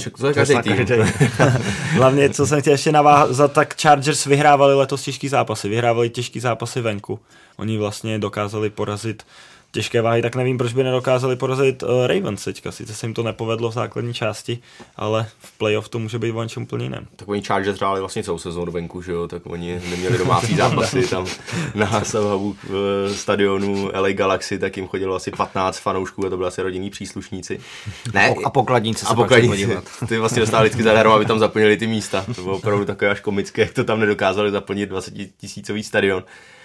hlavně, co jsem chtěl ještě navázat, tak Chargers vyhrávali letos těžký zápasy, vyhrávali těžký zápasy venku. Oni vlastně dokázali porazit těžké váhy, tak nevím, proč by nedokázali porazit Ravens teďka. Sice se jim to nepovedlo v základní části, ale v playoff to může být o něčem úplně jiném. Tak oni Chargers hráli vlastně celou sezónu venku, že jo, tak oni neměli domácí zápasy tam na Selhavu stadionu LA Galaxy, tak jim chodilo asi 15 fanoušků a to byly asi rodinní příslušníci. Ne, a pokladníci se pak podívat. Ty vlastně dostali vždycky zadarmo, aby tam zaplnili ty místa. To bylo opravdu takové až komické, jak to tam nedokázali zaplnit 20 000 stadion.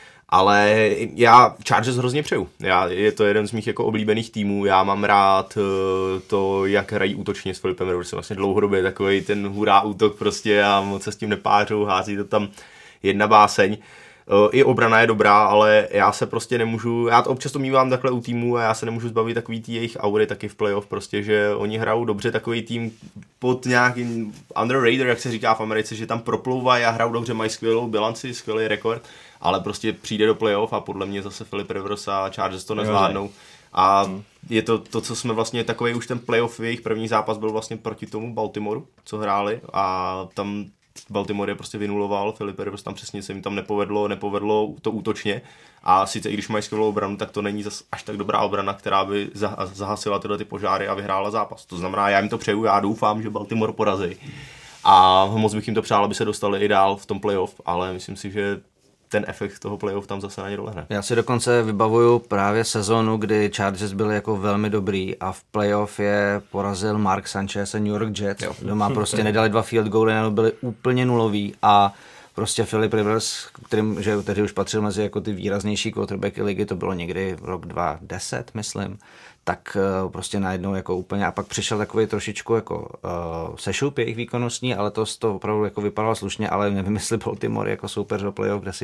Ale já Chargers hrozně přeju. Je to jeden z mých jako oblíbených týmů. Já mám rád to, jak hrají útočně s Philipem Riversem. Vlastně dlouhodobě takový ten hurá útok prostě a moc se s tím nepářou, hází to tam jedna báseň. I obrana je dobrá, ale já se prostě nemůžu, já to občas to mívám takhle u týmu a já se nemůžu zbavit takový tý jejich aury taky v playoff, prostě, že oni hrajou dobře takový tým pod nějakým underrated, jak se říká v Americe, že tam proplouvají a hrajou dobře, mají skvělou bilanci, skvělý rekord, ale prostě přijde do playoff a podle mě zase Philip Rivers a Chargers to nezvládnou. A je to, co jsme vlastně takový už ten playoff, jejich první zápas byl vlastně proti tomu Baltimoru, co hráli a tam Baltimore je prostě vynuloval, Philip Rivers tam přesně se jim tam nepovedlo to útočně a sice i když mají skvělou obranu, tak to není zas až tak dobrá obrana, která by zahasila tyhle ty požáry a vyhrála zápas. To znamená, já jim to přeju, já doufám, že Baltimore porazí a moc bych jim to přál, aby se dostali i dál v tom playoff, ale myslím si, že ten efekt toho playoff tam zase na ně dolehne. Já si dokonce vybavuju právě sezonu, kdy Chargers byli jako velmi dobrý a v playoff je porazil Mark Sanchez a New York Jets. Doma prostě nedali 2 field goaly, byli úplně nuloví a prostě Philip Rivers, kterým, že tehdy už patřil mezi jako ty výraznější quarterbacky ligy, to bylo někdy rok 2010, myslím, tak prostě najednou jako úplně a pak přišel takový trošičku jako sešup jejich výkonnostní, ale to opravdu jako vypadalo slušně, ale nevím, jestli Baltimore jako soupeř do playoff, kde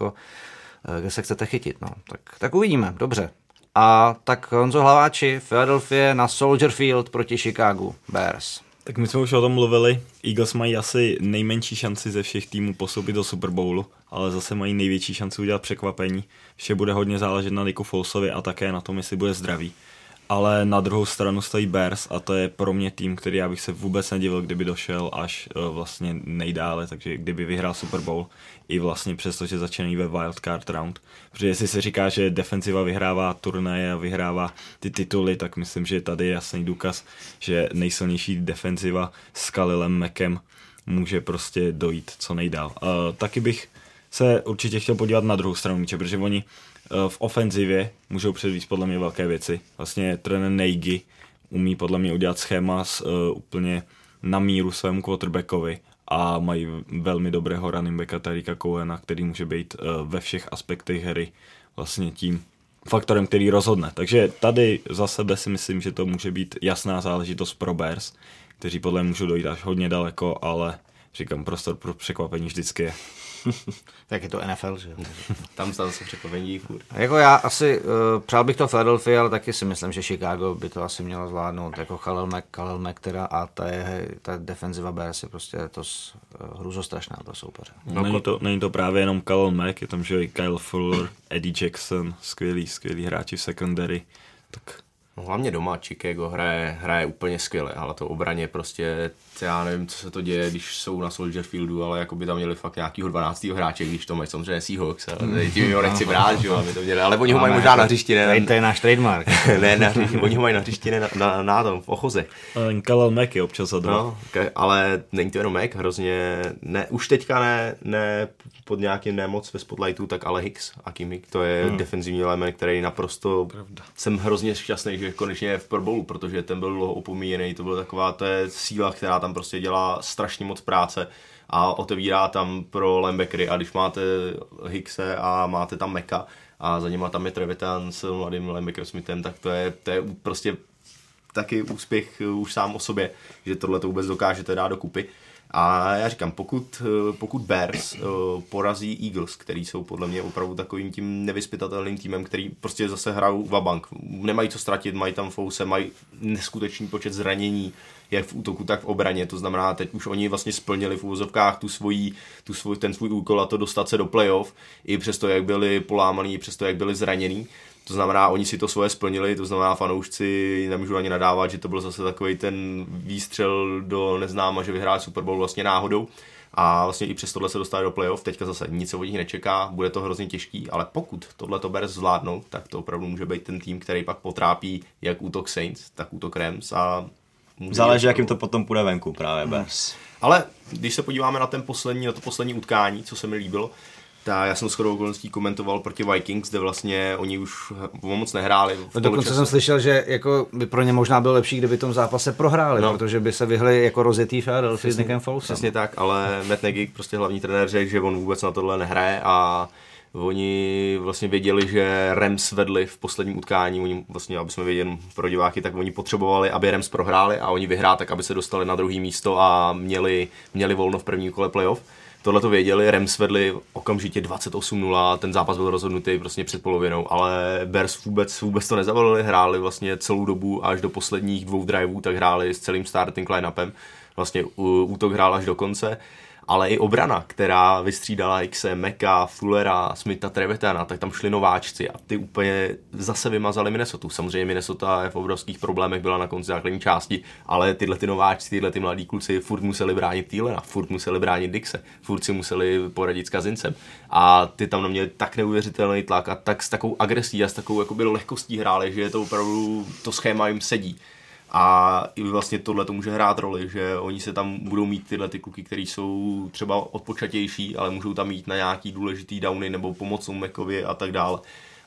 se chcete chytit, no. Tak uvidíme, dobře. A tak Honzo Hlaváči, Philadelphia na Soldier Field proti Chicagu Bears. Tak my jsme už o tom mluvili, Eagles mají asi nejmenší šanci ze všech týmů postoupit do Super Bowlu, ale zase mají největší šanci udělat překvapení. Vše bude hodně záležet na Nicku Folesovi a také na tom, jestli bude zdravý. Ale na druhou stranu stojí Bears a to je pro mě tým, který já bych se vůbec nedivil, kdyby došel až vlastně nejdále, takže kdyby vyhrál Super Bowl i vlastně přesto, že začínají ve wildcard round. Protože jestli se říká, že defenziva vyhrává turnaje a vyhrává ty tituly, tak myslím, že tady je jasný důkaz, že nejsilnější defenziva s Khalilem Mackem může prostě dojít co nejdál. Taky bych se určitě chtěl podívat na druhou stranu míče, protože oni v ofenzivě můžou předvíst podle mě velké věci. Vlastně trenér Nagy umí podle mě udělat schéma úplně na míru svému quarterbackovi a mají velmi dobrého running backa Tariqa Cohena, který může být ve všech aspektech hry vlastně tím faktorem, který rozhodne. Takže tady za sebe si myslím, že to může být jasná záležitost pro Bears, kteří podle mě můžou dojít až hodně daleko, ale říkám, prostor pro překvapení vždycky je. Tak je to NFL, že? Tam se překvapení furt. Jako já asi, přál bych to Philadelphia, ale taky si myslím, že Chicago by to asi mělo zvládnout, jako Khalil Mack teda a ta defenziva Bears je prostě to hruzostrašná pro soupeře. Není to právě jenom Khalil Mack, je tam, že i Kyle Fuller, Eddie Jackson, skvělí hráči v secondary, tak... No, hlavně doma Chicago hraje úplně skvěle, ale to obraně prostě, já nevím, co se to děje, když jsou na Soldier Fieldu, ale jako by tam měli fakt nějakýho 12. hráče, když to mají samozřejmě Seahawks, ale tím ho nechci brát, že aby to měli, ale oni ho mají možná na hřišti, ne? To je náš trademark. Ne, na hřišti, oni ho mají na hřišti, ne na tom, v ochoze. Khalil Mack je občas za no, ale není to jenom Mack, hrozně, ne, už teďka ne pod nějakým nemoc ve spotlightu, tak ale Hicks, Akiem Hicks, to je defenzivní element, který naprosto, jsem hrozně šťastný, že konečně je v Pro Bowlu, protože ten byl dlouho opomíjený, to je síla, která tam prostě dělá strašně moc práce a otevírá tam pro linebackery a když máte Hickse a máte tam Mecka a za nima tam je Trevitan s mladým linebackerem Smithem, tak to je prostě taky úspěch už sám o sobě, že tohle to vůbec dokážete dát dokupy. A já říkám, pokud Bears porazí Eagles, který jsou podle mě opravdu takovým tím nevyzpytatelným týmem, který prostě zase hrajou vabank, nemají co ztratit, mají tam fouse, mají neskutečný počet zranění, jak v útoku, tak v obraně, to znamená, teď už oni vlastně splnili v úvozovkách ten svůj úkol a to dostat se do playoff, i přesto, jak byli polámaný, i přesto, jak byli zranění. To znamená, oni si to svoje splnili, to znamená, fanoušci nemůžu ani nadávat, že to byl zase takový ten výstřel do neznáma, že vyhráli Super Bowl vlastně náhodou a vlastně i přes tohle se dostali do playoff, teďka zase nic se od nich nečeká, bude to hrozně těžký, ale pokud tohleto Bears zvládnou, tak to opravdu může být ten tým, který pak potrápí jak útok Saints, tak útok Rams a záleží, jak jim to potom půjde venku právě Bears. Ale když se podíváme na to poslední utkání, co se mi líbilo, já jsem shodou okolností komentoval proti Vikings, kde vlastně oni už moc nehráli. Dokonce jsem slyšel, že jako by pro ně možná bylo lepší, kdyby v tom zápase prohráli, protože by se vyhli jako rozjetý Philadelphia s Nickem Folesem. Přesně tak, ale Matt Nagy, prostě hlavní trenér, řekl, že on vůbec na tohle nehraje a oni vlastně věděli, že Rams vedli v posledním utkání, oni vlastně, aby jsme věděli pro diváky, tak oni potřebovali, aby Rams prohráli a oni vyhráli tak, aby se dostali na druhé místo a měli volno v prvním kole playoff. Tohle to věděli, Rams vedli okamžitě 28-0, ten zápas byl rozhodnutý prostě před polovinou, ale Bears vůbec to nezavolili, hráli vlastně celou dobu až do posledních 2 driveů, tak hráli s celým starting line-upem, vlastně útok hrál až do konce, ale i obrana, která vystřídala Hickse, Mecka, Fullera, Smitha, Trevetana, tak tam šli nováčci a ty úplně zase vymazali Minnesotu. Samozřejmě Minnesota je v obrovských problémech, byla na konci základní části, ale tyhle ty nováčci, tyhle ty mladí kluci furt museli bránit Thielena, furt museli bránit Dixe, furt si museli poradit s Kazincem a ty tam na mě tak neuvěřitelný tlak a tak s takovou agresí a s takovou jakoby lehkostí hráli, že je to opravdu, to schéma jim sedí. A i vlastně tohle to může hrát roli, že oni se tam budou mít tyhle ty kluky, který jsou třeba odpočatější, ale můžou tam mít na nějaký důležitý downy nebo pomocou Mackovi a tak dále.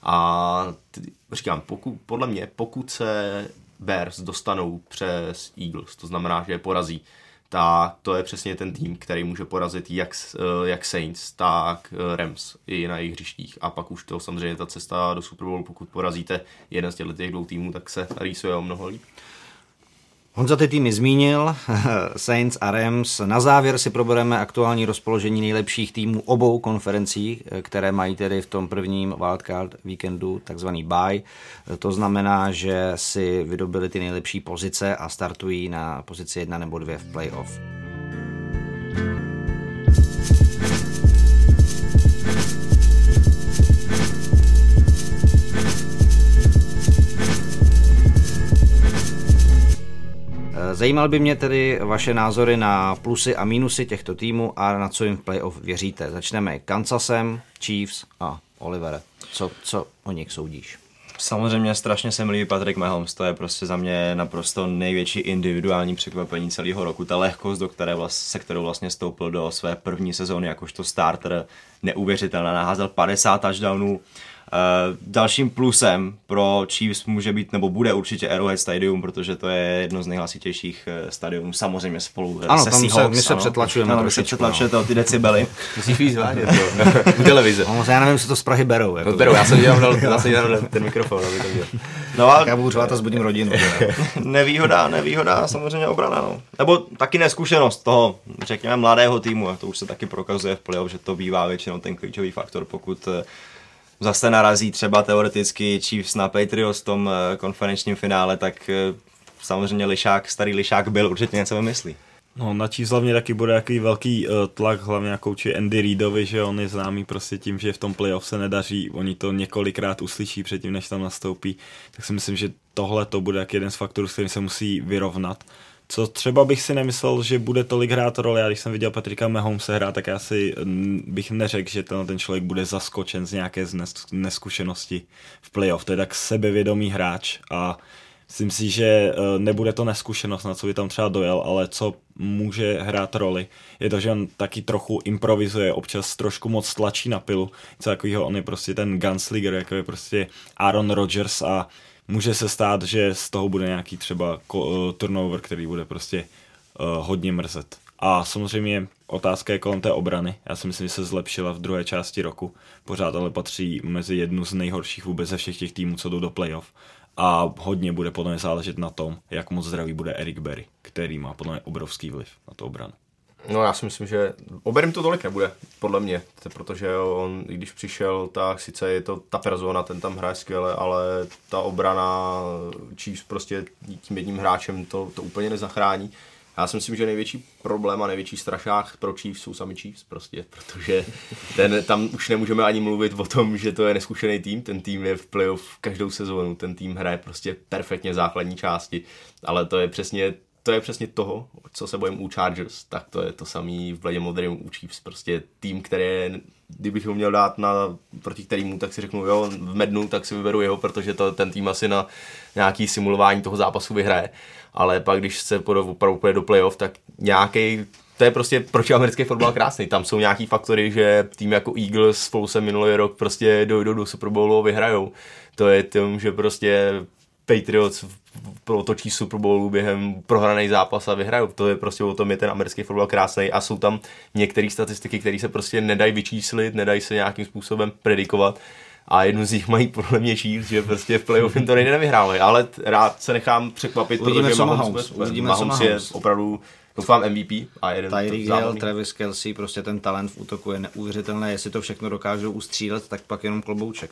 A říkám, pokud se Bears dostanou přes Eagles, to znamená, že je porazí, tak to je přesně ten tým, který může porazit jak Saints, tak Rams i na jejich hřištích. A pak už to samozřejmě ta cesta do Super Bowlu, pokud porazíte jeden z těch 2 týmů, tak se rýsuje o mnoho líp. Honza ty týmy zmínil, Saints a Rams. Na závěr si probereme aktuální rozpoložení nejlepších týmů obou konferencí, které mají tedy v tom prvním wildcard víkendu takzvaný bye. To znamená, že si vydobili ty nejlepší pozice a startují na pozici 1 nebo 2 v playoff. Zajímal by mě tedy vaše názory na plusy a mínusy těchto týmů a na co jim v playoff věříte. Začneme Kansasem, Chiefs a Olivere. Co o nich soudíš? Samozřejmě strašně se mi líbí Patrick Mahomes, to je prostě za mě naprosto největší individuální překvapení celého roku. Ta lehkost, se kterou vlastně stoupil do své první sezóny jakožto starter, neuvěřitelná, naházel 50 touchdownů. Dalším plusem pro Chiefs může být, nebo bude určitě Arrowhead Stadium, protože to je jedno z nejhlasitějších stadionů, samozřejmě spolu ano, se tam Seahawks. My se přetlačujeme. Ano, vy se přetlačujete o ty decibely. Musíš víc vádět to. Televize. Já nevím, jestli to z Prahy berou. Jako berou, já jsem dělal ten mikrofon, aby to dělal. No a já budu řvát a zbudím rodinu. nevýhoda samozřejmě obrana, no. Nebo taky neskušenost toho, řekněme, mladého týmu, a to už se taky prokazuje v playoff, že to bývá většinou ten klíčový faktor, pokud zase narazí třeba teoreticky Chiefs na Patriots v tom konferenčním finále, tak samozřejmě starý lišák byl, určitě něco vymyslí. No, na Chiefs hlavně taky bude jaký velký tlak, hlavně na kouči Andy Reidovi, že on je známý prostě tím, že v tom playoff se nedaří, oni to několikrát uslyší předtím, než tam nastoupí, tak si myslím, že tohle to bude jak jeden z faktorů, s kterým se musí vyrovnat. Co třeba bych si nemyslel, že bude tolik hrát roli, já když jsem viděl Patricka Mahomese hrát, tak já si bych neřekl, že ten člověk bude zaskočen z nějaké neskušenosti v playoff. To je tak sebevědomý hráč a myslím si, že nebude to neskušenost, na co by tam třeba dojel, ale co může hrát roli, je to, že on taky trochu improvizuje, občas trošku moc tlačí na pilu. Co takovýho, on je prostě ten gunslinger, jako je prostě Aaron Rodgers a může se stát, že z toho bude nějaký třeba turnover, který bude prostě hodně mrzet. A samozřejmě otázka je kolem té obrany. Já si myslím, že se zlepšila v druhé části roku. Pořád ale patří mezi jednu z nejhorších vůbec ze všech těch týmů, co jdou do playoff. A hodně bude podle mě záležet na tom, jak moc zdravý bude Eric Berry, který má podle mě obrovský vliv na tu obranu. No já si myslím, že Oberym to tolik nebude, podle mě, protože on, i když přišel, tak sice je to ta persona, ten tam hraje skvěle, ale ta obrana Chiefs prostě tím jedním hráčem to úplně nezachrání. Já si myslím, že největší problém a největší strašák pro Chiefs jsou sami Chiefs prostě, protože tam už nemůžeme ani mluvit o tom, že to je neskušený tým, ten tým je v playoff každou sezónu, ten tým hraje prostě perfektně základní části, ale to je přesně toho, co se bojím u Chargers, tak to je to samý v bledě modrém u Chiefs, prostě tým, který, kdybych ho měl dát proti kterému, tak si řeknu, jo, v Madnu, tak si vyberu jeho, protože ten tým asi na nějaký simulování toho zápasu vyhraje, ale pak, když se opravdu půjde do playoff, tak to je prostě, proč je americký fotbal krásný, tam jsou nějaký faktory, že tým jako Eagles spolu se minulý rok prostě dojdou do Super Bowlu a vyhrajou, to je tím, že prostě Patriots otočí Super Bowlu během prohraný zápas a vyhrajou. To je prostě o tom, je ten americký fotbal krásný a jsou tam některé statistiky, které se prostě nedají vyčíslit, nedají se nějakým způsobem predikovat a jednu z nich mají podle mě Chiefs, že prostě v playoff jim to nejde nevyhráli, ale rád se nechám překvapit, protože Mahomes je opravdu doufám MVP a jeden Tyreek Hill, Travis Kelce, prostě ten talent v útoku je neuvěřitelný, jestli to všechno dokážou ustřílet, tak pak jenom klobouček.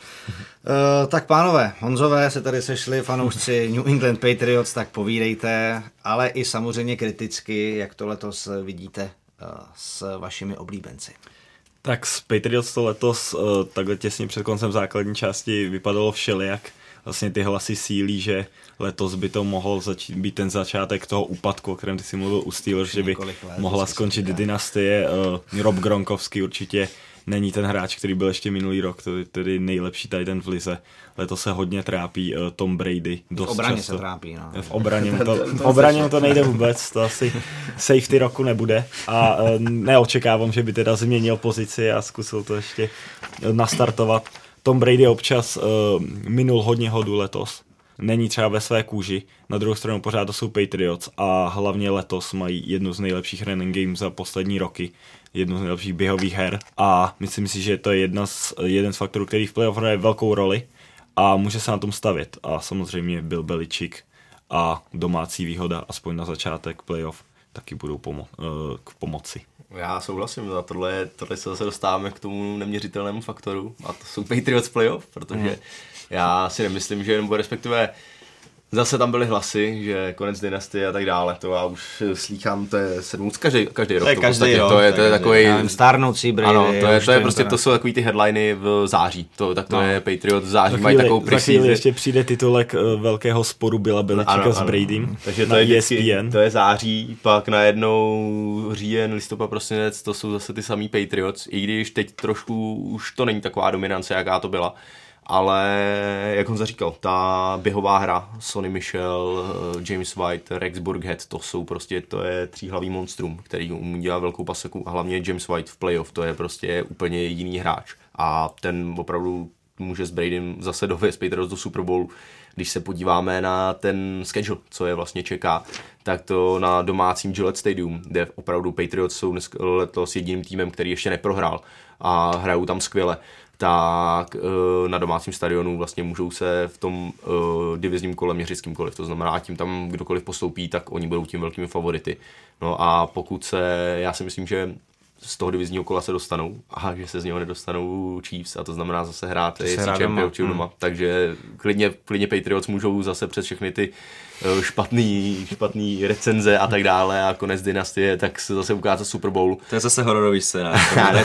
Tak pánové, Honzové se tady sešli, fanoušci New England Patriots, tak povídejte, ale i samozřejmě kriticky, jak to letos vidíte s vašimi oblíbenci. Tak s Patriots to letos takhle těsně před koncem základní části vypadalo všelijak. Vlastně ty hlasy sílí, že letos by to mohl být ten začátek toho úpadku, o kterém ty si mluvil u Steelers, že by mohla skončit dynastie. Rob Gronkowski určitě není ten hráč, který byl ještě minulý rok, to je tedy nejlepší tight end v lize. Letos se hodně trápí Tom Brady. Dost v obraně často. Se trápí, no. V obraně to nejde vůbec, to asi safety roku nebude a neočekávám, že by teda změnil pozici a zkusil to ještě nastartovat. Tom Brady občas minul hodně hodů letos. Není třeba ve své kůži. Na druhou stranu pořád to jsou Patriots a hlavně letos mají jednu z nejlepších running games za poslední roky. Jednu z nejlepších běhových her a myslím si, že to je jeden z faktorů, který v playoff hraje velkou roli a může se na tom stavět. A samozřejmě Bill Belichick a domácí výhoda, aspoň na začátek playoff, taky budou k pomoci. Já souhlasím, a tohle se zase dostáváme k tomu neměřitelnému faktoru a to jsou Patriots playoff, protože já si nemyslím, že nebo respektive zase tam byly hlasy, že konec dynastie a tak dále, to já už slýchám, to je každý rok. To je takový stárnoucí Brady. Ano, to je prostě, to jsou takový ty headliny v září, to je Patriots v září, mají takovou preseason. Za chvíli ještě přijde titulek velkého sporu Billa Belichicka s Bradym. Takže to je ESPN. To je září, pak najednou říjen, listopad, prosinec, to jsou zase ty samý Patriots, i když teď trošku už to není taková dominance, jaká to byla. Ale, jak on zaříkal, ta běhová hra, Sonny Michel, James White, Rex Burkhead, to je tříhlavý monstrum, který umí dělat velkou paseku a hlavně James White v playoff, to je prostě úplně jiný hráč. A ten opravdu může s Bradym zase dovést Patriots do Super Bowlu. Když se podíváme na ten schedule, co je vlastně čeká, tak to na domácím Gillette Stadium, kde opravdu Patriots jsou letos jediným týmem, který ještě neprohrál a hrajou tam skvěle, tak na domácím stadionu vlastně můžou se v tom divizním kole měřit s kýmkoliv. To znamená, tím tam kdokoliv postoupí, tak oni budou tím velkými favority. No a já si myslím, že z toho divizního kola se dostanou a že se z něho nedostanou Chiefs a to znamená zase hrát AFC Championship doma. Takže klidně Patriots můžou zase přes všechny ty špatný recenze a tak dále a konec dynastie, tak se zase ukázat Super Bowl. To je zase hororový scénář.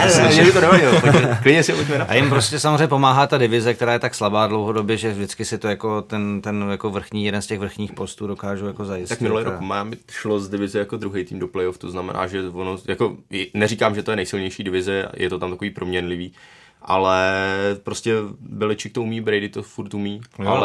Mě to nevadí, klidně si pojďme. A jim prostě samozřejmě pomáhá ta divize, která je tak slabá dlouhodobě, že vždycky si to jako ten jako jeden z těch vrchních postů dokážou jako zajistit. Tak minulý rok Miami šlo z divize jako druhý tým do playoff, to znamená, že ono, jako, neříkám, že to je nejsilnější divize, je to tam takový proměnlivý, ale prostě Belichick to umí, Brady to furt umí,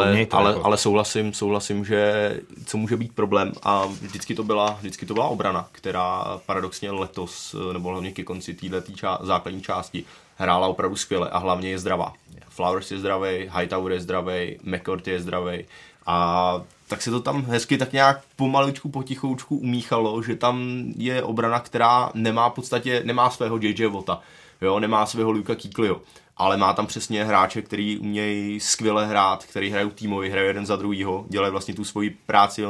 ale souhlasím, že co může být problém a vždycky to byla obrana, která paradoxně letos, nebo hlavně ke konci této základní části, hrála opravdu skvěle a hlavně je zdravá. Flowers je zdravý, Hightower je zdravý, McCourty je zdravý a tak se to tam hezky tak nějak pomaličku, potichoučku umíchalo, že tam je obrana, která nemá svého JJ Watta, jo, nemá svého Luka Kuechlyho, ale má tam přesně hráče, který umějí skvěle hrát, který hrajou týmově, hrají jeden za druhýho, dělají vlastně tu svoji práci,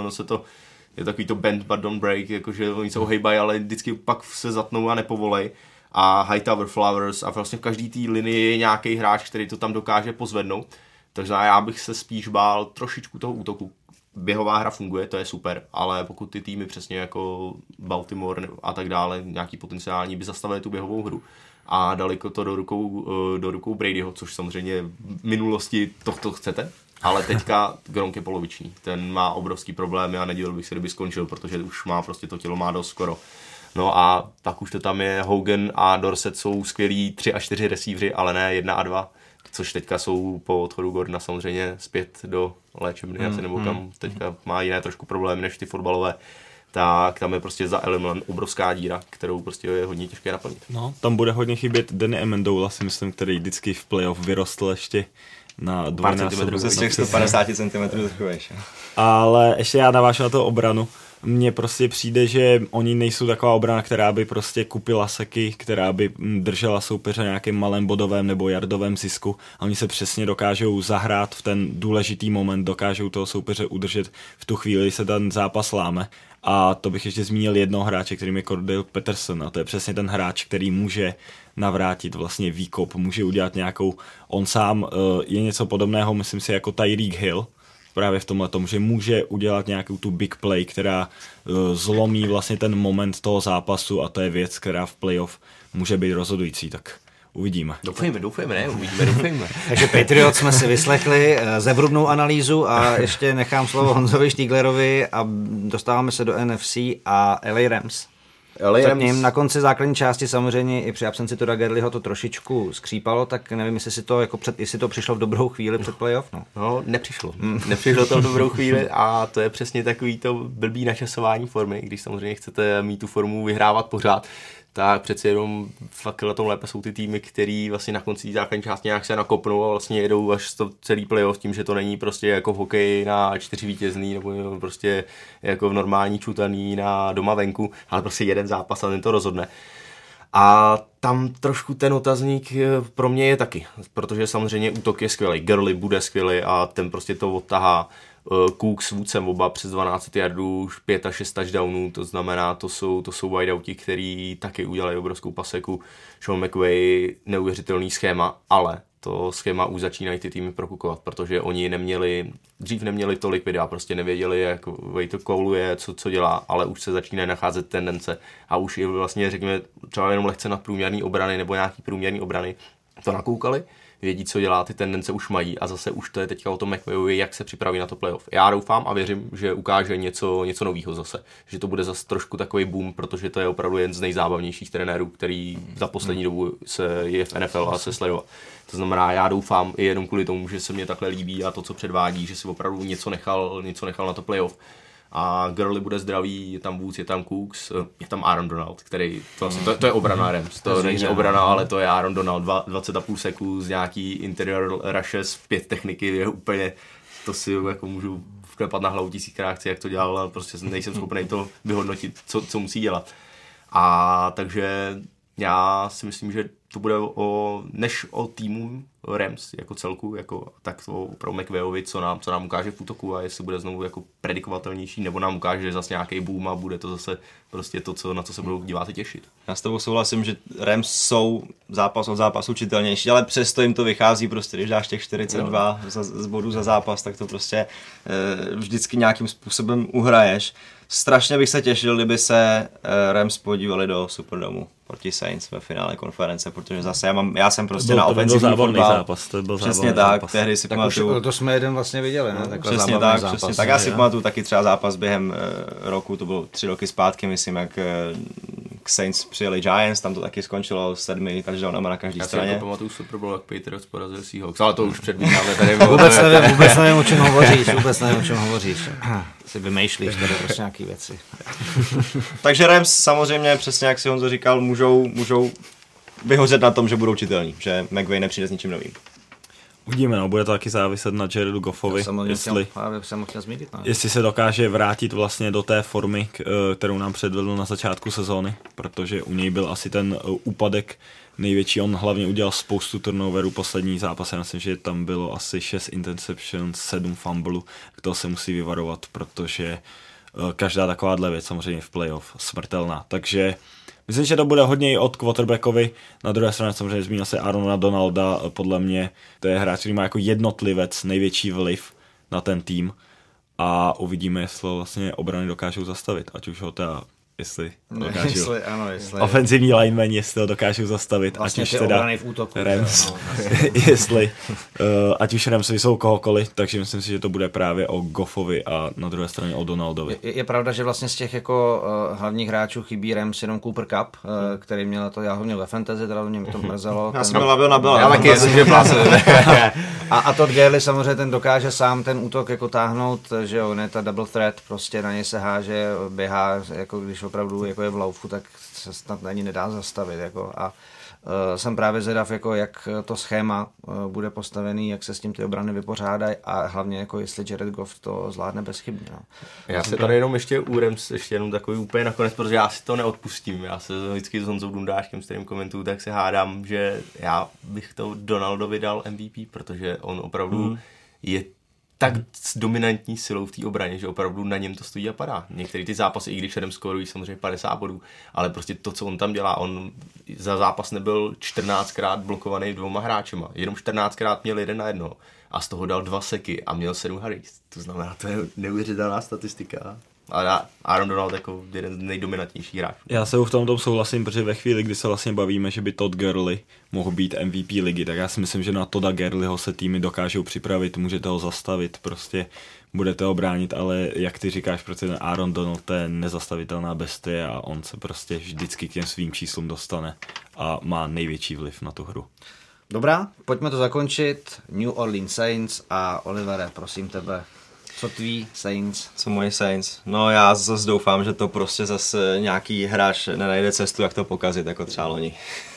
je takový to bend but don't break, jakože oni se ohejbají, ale vždycky pak se zatnou a nepovolej. A Hightower, Flowers a vlastně v každý té linii je nějaký hráč, který to tam dokáže pozvednout. Takže já bych se spíš bál trošičku toho útoku. Běhová hra funguje, to je super, ale pokud ty týmy přesně jako Baltimore a tak dále, nějaký potenciální, by zastavili tu běhovou hru a dali to do rukou Bradyho, což samozřejmě v minulosti to chcete, ale teďka Gronk je poloviční. Ten má obrovský problémy a nedivil bych se, kdyby skončil, protože už má prostě to tělo má dost skoro. No a pak už to tam je Hogan a Dorsett jsou skvělí 3 a 4 receiveři, ale ne 1 a 2, což teďka jsou po odchodu Gordona samozřejmě zpět do léčebny asi, nebo kam teďka má jiné trošku problémy než ty fotbalové, tak tam je prostě za Elimilan obrovská díra, kterou prostě je hodně těžké naplnit. No, tam bude hodně chybět Danny Amendola, si myslím, který vždycky v playoff vyrostl ještě na 12 cm. Z těch 150 cm zachuješ. Ale ještě já navážu na to obranu. Mně prostě přijde, že oni nejsou taková obrana, která by prostě kupila seky, která by držela soupeře nějakým malém bodovém nebo jardovém zisku. A oni se přesně dokážou zahrát v ten důležitý moment, dokážou toho soupeře udržet v tu chvíli, kdy se ten zápas láme. A to bych ještě zmínil jednoho hráče, kterým je Cordell Patterson. A to je přesně ten hráč, který může navrátit vlastně výkop, může udělat nějakou, on sám je něco podobného, myslím si, jako Tyreek Hill, právě v tomhle tom, že může udělat nějakou tu big play, která zlomí vlastně ten moment toho zápasu a to je věc, která v playoff může být rozhodující, tak uvidíme. Doufejme. Takže Patriots jsme si vyslechli zevrubnou analýzu a ještě nechám slovo Honzovi Štíglerovi a dostáváme se do NFC a LA Rams. Řekněme, na konci základní části samozřejmě i při absenci Toda Gurleyho to trošičku skřípalo, tak nevím, jestli si to, jestli to přišlo v dobrou chvíli před playoff. No, nepřišlo. Nepřišlo to v dobrou chvíli a to je přesně takový to blbý načasování formy, když samozřejmě chcete mít tu formu vyhrávat pořád, tak přeci jenom fakt na tom lépe jsou ty týmy, který vlastně na konci základní části nějak se nakopnou a vlastně jedou až to celý playoff tím, že to není prostě jako v hokeji na 4 vítězný nebo prostě jako v normální čutaný na doma venku, ale prostě jeden zápas a ten to rozhodne. A tam trošku ten otazník pro mě je taky, protože samozřejmě útok je skvělý, Gurley bude skvělý a ten prostě to odtahá. Cook s Woodsem oba přes 12 yardů, 5 a 6 touchdownů, to znamená, to jsou wideouti, který taky udělají obrovskou paseku. Sean McVay, neuvěřitelný schéma, ale to schéma už začínají ty týmy prokukovat, protože oni dřív neměli tolik videa, prostě nevěděli, jak Way to calluje, co dělá, ale už se začínají nacházet tendence a už je vlastně, řekněme, třeba jenom lehce nadprůměrný obrany nebo nějaký průměrný obrany to nakoukali, vědí, co dělá, ty tendence už mají a zase už to je teďka o tom McVayovi, jak se připraví na to playoff. Já doufám a věřím, že ukáže něco nového zase, že to bude zase trošku takový boom, protože to je opravdu jeden z nejzábavnějších trenérů, který za poslední dobu je v NFL a se sledovat. To znamená, já doufám i jenom kvůli tomu, že se mě takhle líbí a to, co předvádí, že si opravdu něco nechal na to playoff. a Gurley bude zdravý, je tam Woods, je tam Cooks, je tam Aaron Donald, který, to je obrana Rams, to není obrana, ale to je Aaron Donald, 20,5 sekund z nějaký interior rushes, 5 techniky, je úplně, to si jako můžu vklepat na hlavu 1000krát, jak to dělal, ale prostě nejsem schopný to vyhodnotit, co musí dělat. A takže já si myslím, že to bude než o týmu Rams jako celku, jako tak to pro McVayovi, co nám ukáže v útoku a jestli bude znovu jako predikovatelnější, nebo nám ukáže, že zase nějaký boom a bude to zase prostě to, na co se budou diváci těšit. Já s tebou souhlasím, že Rams jsou zápas od zápasu čitelnější, ale přesto jim to vychází prostě, když dáš těch 42 z bodů za zápas, tak to prostě vždycky nějakým způsobem uhraješ. Strašně bych se těšil, kdyby se Rams podívali do Superdomu proti Saints ve finále konference, protože zase já jsem prostě na ofenzivní fotbal. Zápas, to byl přesně tak, zápas. Tehdy si tak pamatuju. To jsme jeden vlastně viděli, ne? Přesně tak, zápas, přesně tak. Já si pamatuju taky třeba zápas během roku, to bylo 3 roky zpátky, myslím, jak k Saints přijeli Giants, tam to taky skončilo 7 touchdownama na každé straně. Já si jako pamatuju Super Bowl, jak Patriots porazil Seahawks, ale to už předbíháme tady. Vůbec nevím, o čem hovoříš, si vymýšlíš tady prostě nějaký věci. Takže Rams samozřejmě, přesně jak si Honzo říkal, můžou vyhořet na tom, že budou čitelní, že McVay nepřijde s ničím novým. Uvidíme, no, bude to taky záviset na Jaredu Goffovi, jestli se dokáže vrátit vlastně do té formy, kterou nám předvedl na začátku sezóny, protože u něj byl asi ten úpadek největší, on hlavně udělal spoustu turnoverů poslední zápas, já myslím, že tam bylo asi 6 interceptions, 7 fumblů, toho se musí vyvarovat, protože každá takováhle věc samozřejmě v playoff smrtelná, takže myslím, že to bude hodně i od quarterbackovi, na druhé straně samozřejmě zmínil se Aarona Donalda, podle mě to je hráč, který má jako jednotlivec největší vliv na ten tým a uvidíme, jestli vlastně obrany dokážou zastavit, ať už ho teda jestli ofenzivní linemen, jestli ho dokážou zastavit, vlastně ať už teda v útoku, Rams, jestli ať už Rams jsou kohokoliv, takže myslím si, že to bude právě o Goffovi a na druhé straně o Donaldovi. Je pravda, že vlastně z těch jako hlavních hráčů chybí Rams jenom Cooper Cup, který měl to, já ho měl ve fantasy, teda mě to mrzelo. Já jsem byl na Bela. Já taky jsem, že A Todd Gurley samozřejmě ten dokáže sám ten útok jako táhnout, že jo, ne ta double threat, prostě na něj se háže, běhá, jako když opravdu jako je v laufu, tak se snad ani nedá zastavit. Jako. A jsem právě zvědav, jako jak to schéma bude postavený, jak se s tím ty obrany vypořádají a hlavně jako jestli Jared Goff to zvládne bezchybně. No. Já si tady jenom ještě u Rams ještě jenom takový úplně nakonec, protože já si to neodpustím. Já se vždycky s Honzou Dundáškem, s kterým komentuju, tak se hádám, že já bych to Donaldovi dal MVP, protože on opravdu je tak dominantní silou v té obraně, že opravdu na něm to stojí a padá. Některé ty zápasy, i když Rams skorují samozřejmě 50 bodů, ale prostě to, co on tam dělá, on za zápas nebyl 14krát blokovaný 2 hráčema, jenom 14krát měl 1 na 1 a z toho dal 2 seky a měl 7 hurries. To znamená, to je neuvěřitelná statistika. Ale Aaron Donald jako jeden z nejdominantnějších hráčů. Já se v tom souhlasím, protože ve chvíli, kdy se vlastně bavíme, že by Todd Gurley mohl být MVP ligy, tak já si myslím, že na Todda Gurleyho se týmy dokážou připravit, můžete ho zastavit, prostě budete ho bránit, ale jak ty říkáš, protože ten Aaron Donald to je nezastavitelná bestie a on se prostě vždycky k těm svým číslům dostane a má největší vliv na tu hru. Dobrá, pojďme to zakončit. New Orleans Saints a Olivere, prosím tebe. Co tví Saints? Co moji Saints? No já zase doufám, že to prostě zase nějaký hráč nenajde cestu, jak to pokazit, jako třeba loni.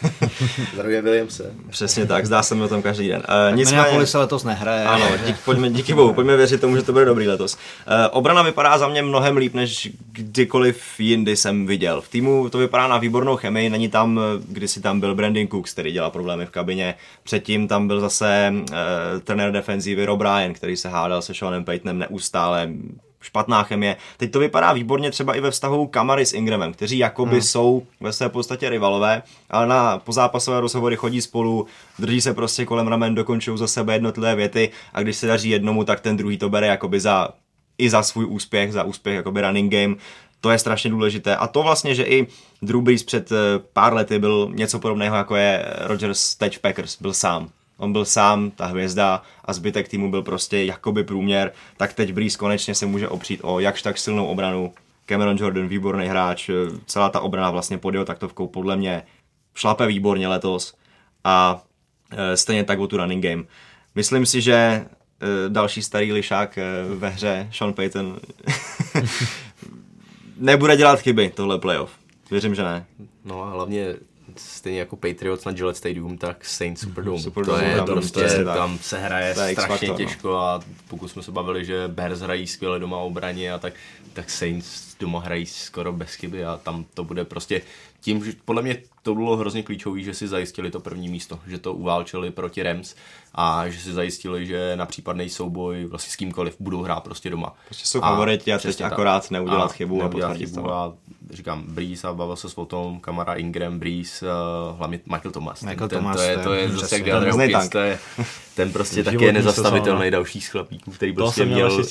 Zdravě Williamse. Přesně tak, zdá se mi o tom každý den. Nicméně se letos nehraje. Ano, díky bohu, pojďme věřit tomu, že to bude dobrý letos. Obrana vypadá za mě mnohem líp, než kdykoliv jindy jsem viděl. V týmu to vypadá na výbornou chemii, není tam, kdysi tam byl Brandon Cooks, který dělal problémy v kabině. Předtím tam byl zase trenér defenzívy Rob Ryan, který se hádal se Seanem Paytonem neustále, špatná chemie. Teď to vypadá výborně třeba i ve vztahu Kamary s Ingramem, kteří jakoby jsou ve své podstatě rivalové, ale na pozápasové rozhovory chodí spolu, drží se prostě kolem ramen, dokončují za sebe jednotlivé věty a když se daří jednomu, tak ten druhý to bere jakoby za svůj úspěch, za úspěch jakoby running game. To je strašně důležité. A to vlastně, že i Drew Brees před pár lety byl něco podobného, jako je Rodgers teď v Packers, byl sám. On byl sám, ta hvězda a zbytek týmu byl prostě jakoby průměr, tak teď Brees konečně se může opřít o jakž tak silnou obranu. Cameron Jordan, výborný hráč, celá ta obrana vlastně pod jeho taktovkou podle mě šlape výborně letos a stejně tak o tu running game. Myslím si, že další starý lišák ve hře, Sean Payton, nebude dělat chyby tohle playoff. Věřím, že ne. No a hlavně stejně jako Patriots na Gillette Stadium, tak Saints Superdome. Tam se hraje strašně těžko a pokud jsme se bavili, že Bears hrají skvěle doma obraně a tak Saints doma hrají skoro bez chyby a tam to bude prostě tím, že podle mě to bylo hrozně klíčové, že si zajistili to první místo, že to uválčili proti Rams a že si zajistili, že na případný souboj vlastně s kýmkoliv budou hrát prostě doma. Prostě jsou favoriti a teď akorát neudělat chybu a potvrdit to. A říkám, Breeze a bavil se s o tom, Kamara, Ingram, Breeze, hlavně Michael Thomas. To je zase jak DeAndre Hopkins, ten prostě taky je nezastavitelný další z chlapíků, který prostě měl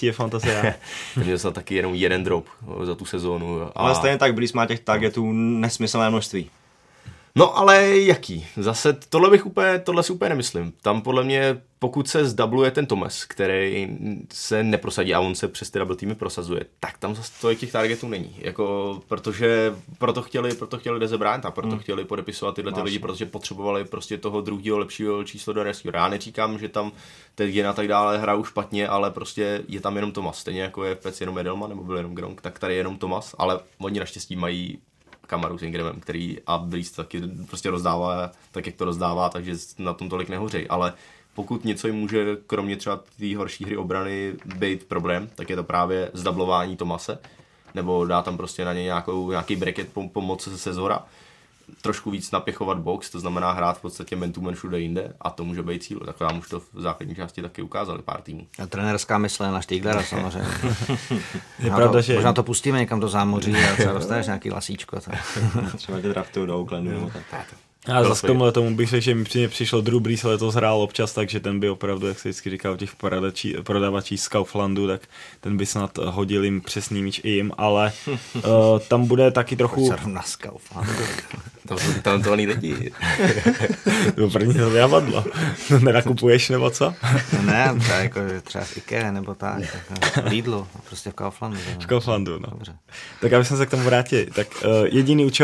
měl taky jenom jeden drop za tu sezónu. Ale stejně tak Breeze má těch targetů nesmyslné množství. No ale jaký? Zase tohle si úplně nemyslím. Tam podle mě, pokud se zdabluje ten Thomas, který se neprosadí a on se přes ty double týmy prosazuje, tak tam zase to těch targetů není. Jako, protože proto chtěli Deze Bryanta, proto chtěli podepisovat tyhle ty lidi, protože potřebovali prostě toho druhého lepšího číslo do receivera. Já neříkám, že tam teď je a tak dále hrajou špatně, ale prostě je tam jenom Thomas. Stejně jako je v Pets jenom Edelman nebo byl jenom Gronk, tak tady je jenom Thomas, ale oni naštěstí mají Kamaru s Ingramem, který a Breeze taky prostě rozdává tak, jak to rozdává, takže na tom tolik nehořej. Ale pokud něco jim může, kromě třeba té horší hry obrany, být problém, tak je to právě zdablování Thomase, nebo dá tam prostě na něj nějaký bracket pomoc se zhora, trošku víc napěchovat box, to znamená hrát v podstatě man-to-man všude jinde a to může být cíl. Tak nám už to v základní části taky ukázali pár týmů. A trenérská mysle na Štíglera samozřejmě. Je pravda, že... Možná to pustíme někam do zámoří a třeba dostaneš nějaký lasíčko. Třeba tě draftují do Oaklandu. A zase k tomu bych řekl, že mi přišlo Drew Brees letos hrál občas, takže ten by opravdu, jak se vždycky říká o těch prodavačích z Kauflandu, tak ten by snad hodil jim přesný míč i jim, ale tam bude taky trochu... z Kauflandu. Tam jsou talentovaný lidi. To první to vyhavadlo. Nenakupuješ nebo co? Ne, jako třeba v IKEA nebo tak, v Lidlu, prostě v Kauflandu. V Kauflandu, no. Dobře. Tak aby jsme se k tomu vrátili. Tak jediný, u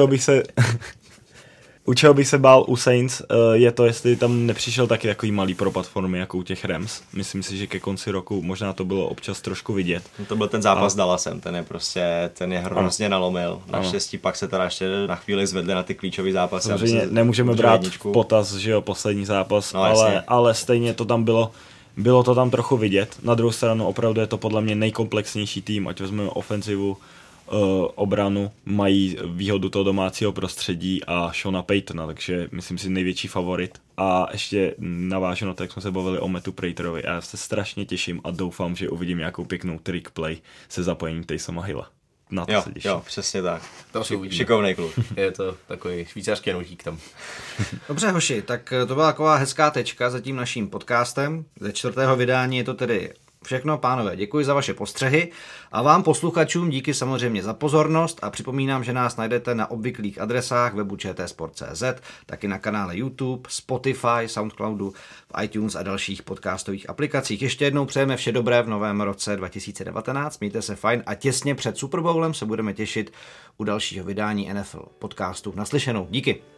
čeho bych se bál u Saints, je to, jestli tam nepřišel taky takový malý propad formy, jako u těch Rams. Myslím si, že ke konci roku možná to bylo občas trošku vidět. To byl ten zápas s Dallasem, ten je hrozně nalomil. Naštěstí pak se teda ještě na chvíli zvedli na ty klíčové zápasy. Samozřejmě nemůžeme brát v potaz, že jo, poslední zápas, no, ale stejně to tam bylo to tam trochu vidět. Na druhou stranu opravdu je to podle mě nejkomplexnější tým, ať vezmeme ofenzivu, obranu, mají výhodu toho domácího prostředí a Seana Paytona, takže myslím si největší favorit. A ještě navážu na to, jak jsme se bavili o Mattu Praterovi. Já se strašně těším a doufám, že uvidím nějakou pěknou trick play se zapojením Taysoma Hilla. Na to se těším. Jo, přesně tak. To si uvidíme. Šikovnej kluk. Je to takový švýcarský nožík tam. Dobře, hoši, tak to byla taková hezká tečka za tím naším podcastem. Ze 4. vydání je to tedy všechno, pánové, děkuji za vaše postřehy a vám posluchačům díky samozřejmě za pozornost a připomínám, že nás najdete na obvyklých adresách webu čtsport.cz, taky na kanále YouTube, Spotify, Soundcloudu, iTunes a dalších podcastových aplikacích. Ještě jednou přejeme vše dobré v novém roce 2019, mějte se fajn a těsně před Super Bowlem se budeme těšit u dalšího vydání NFL podcastu. Naslyšenou, díky.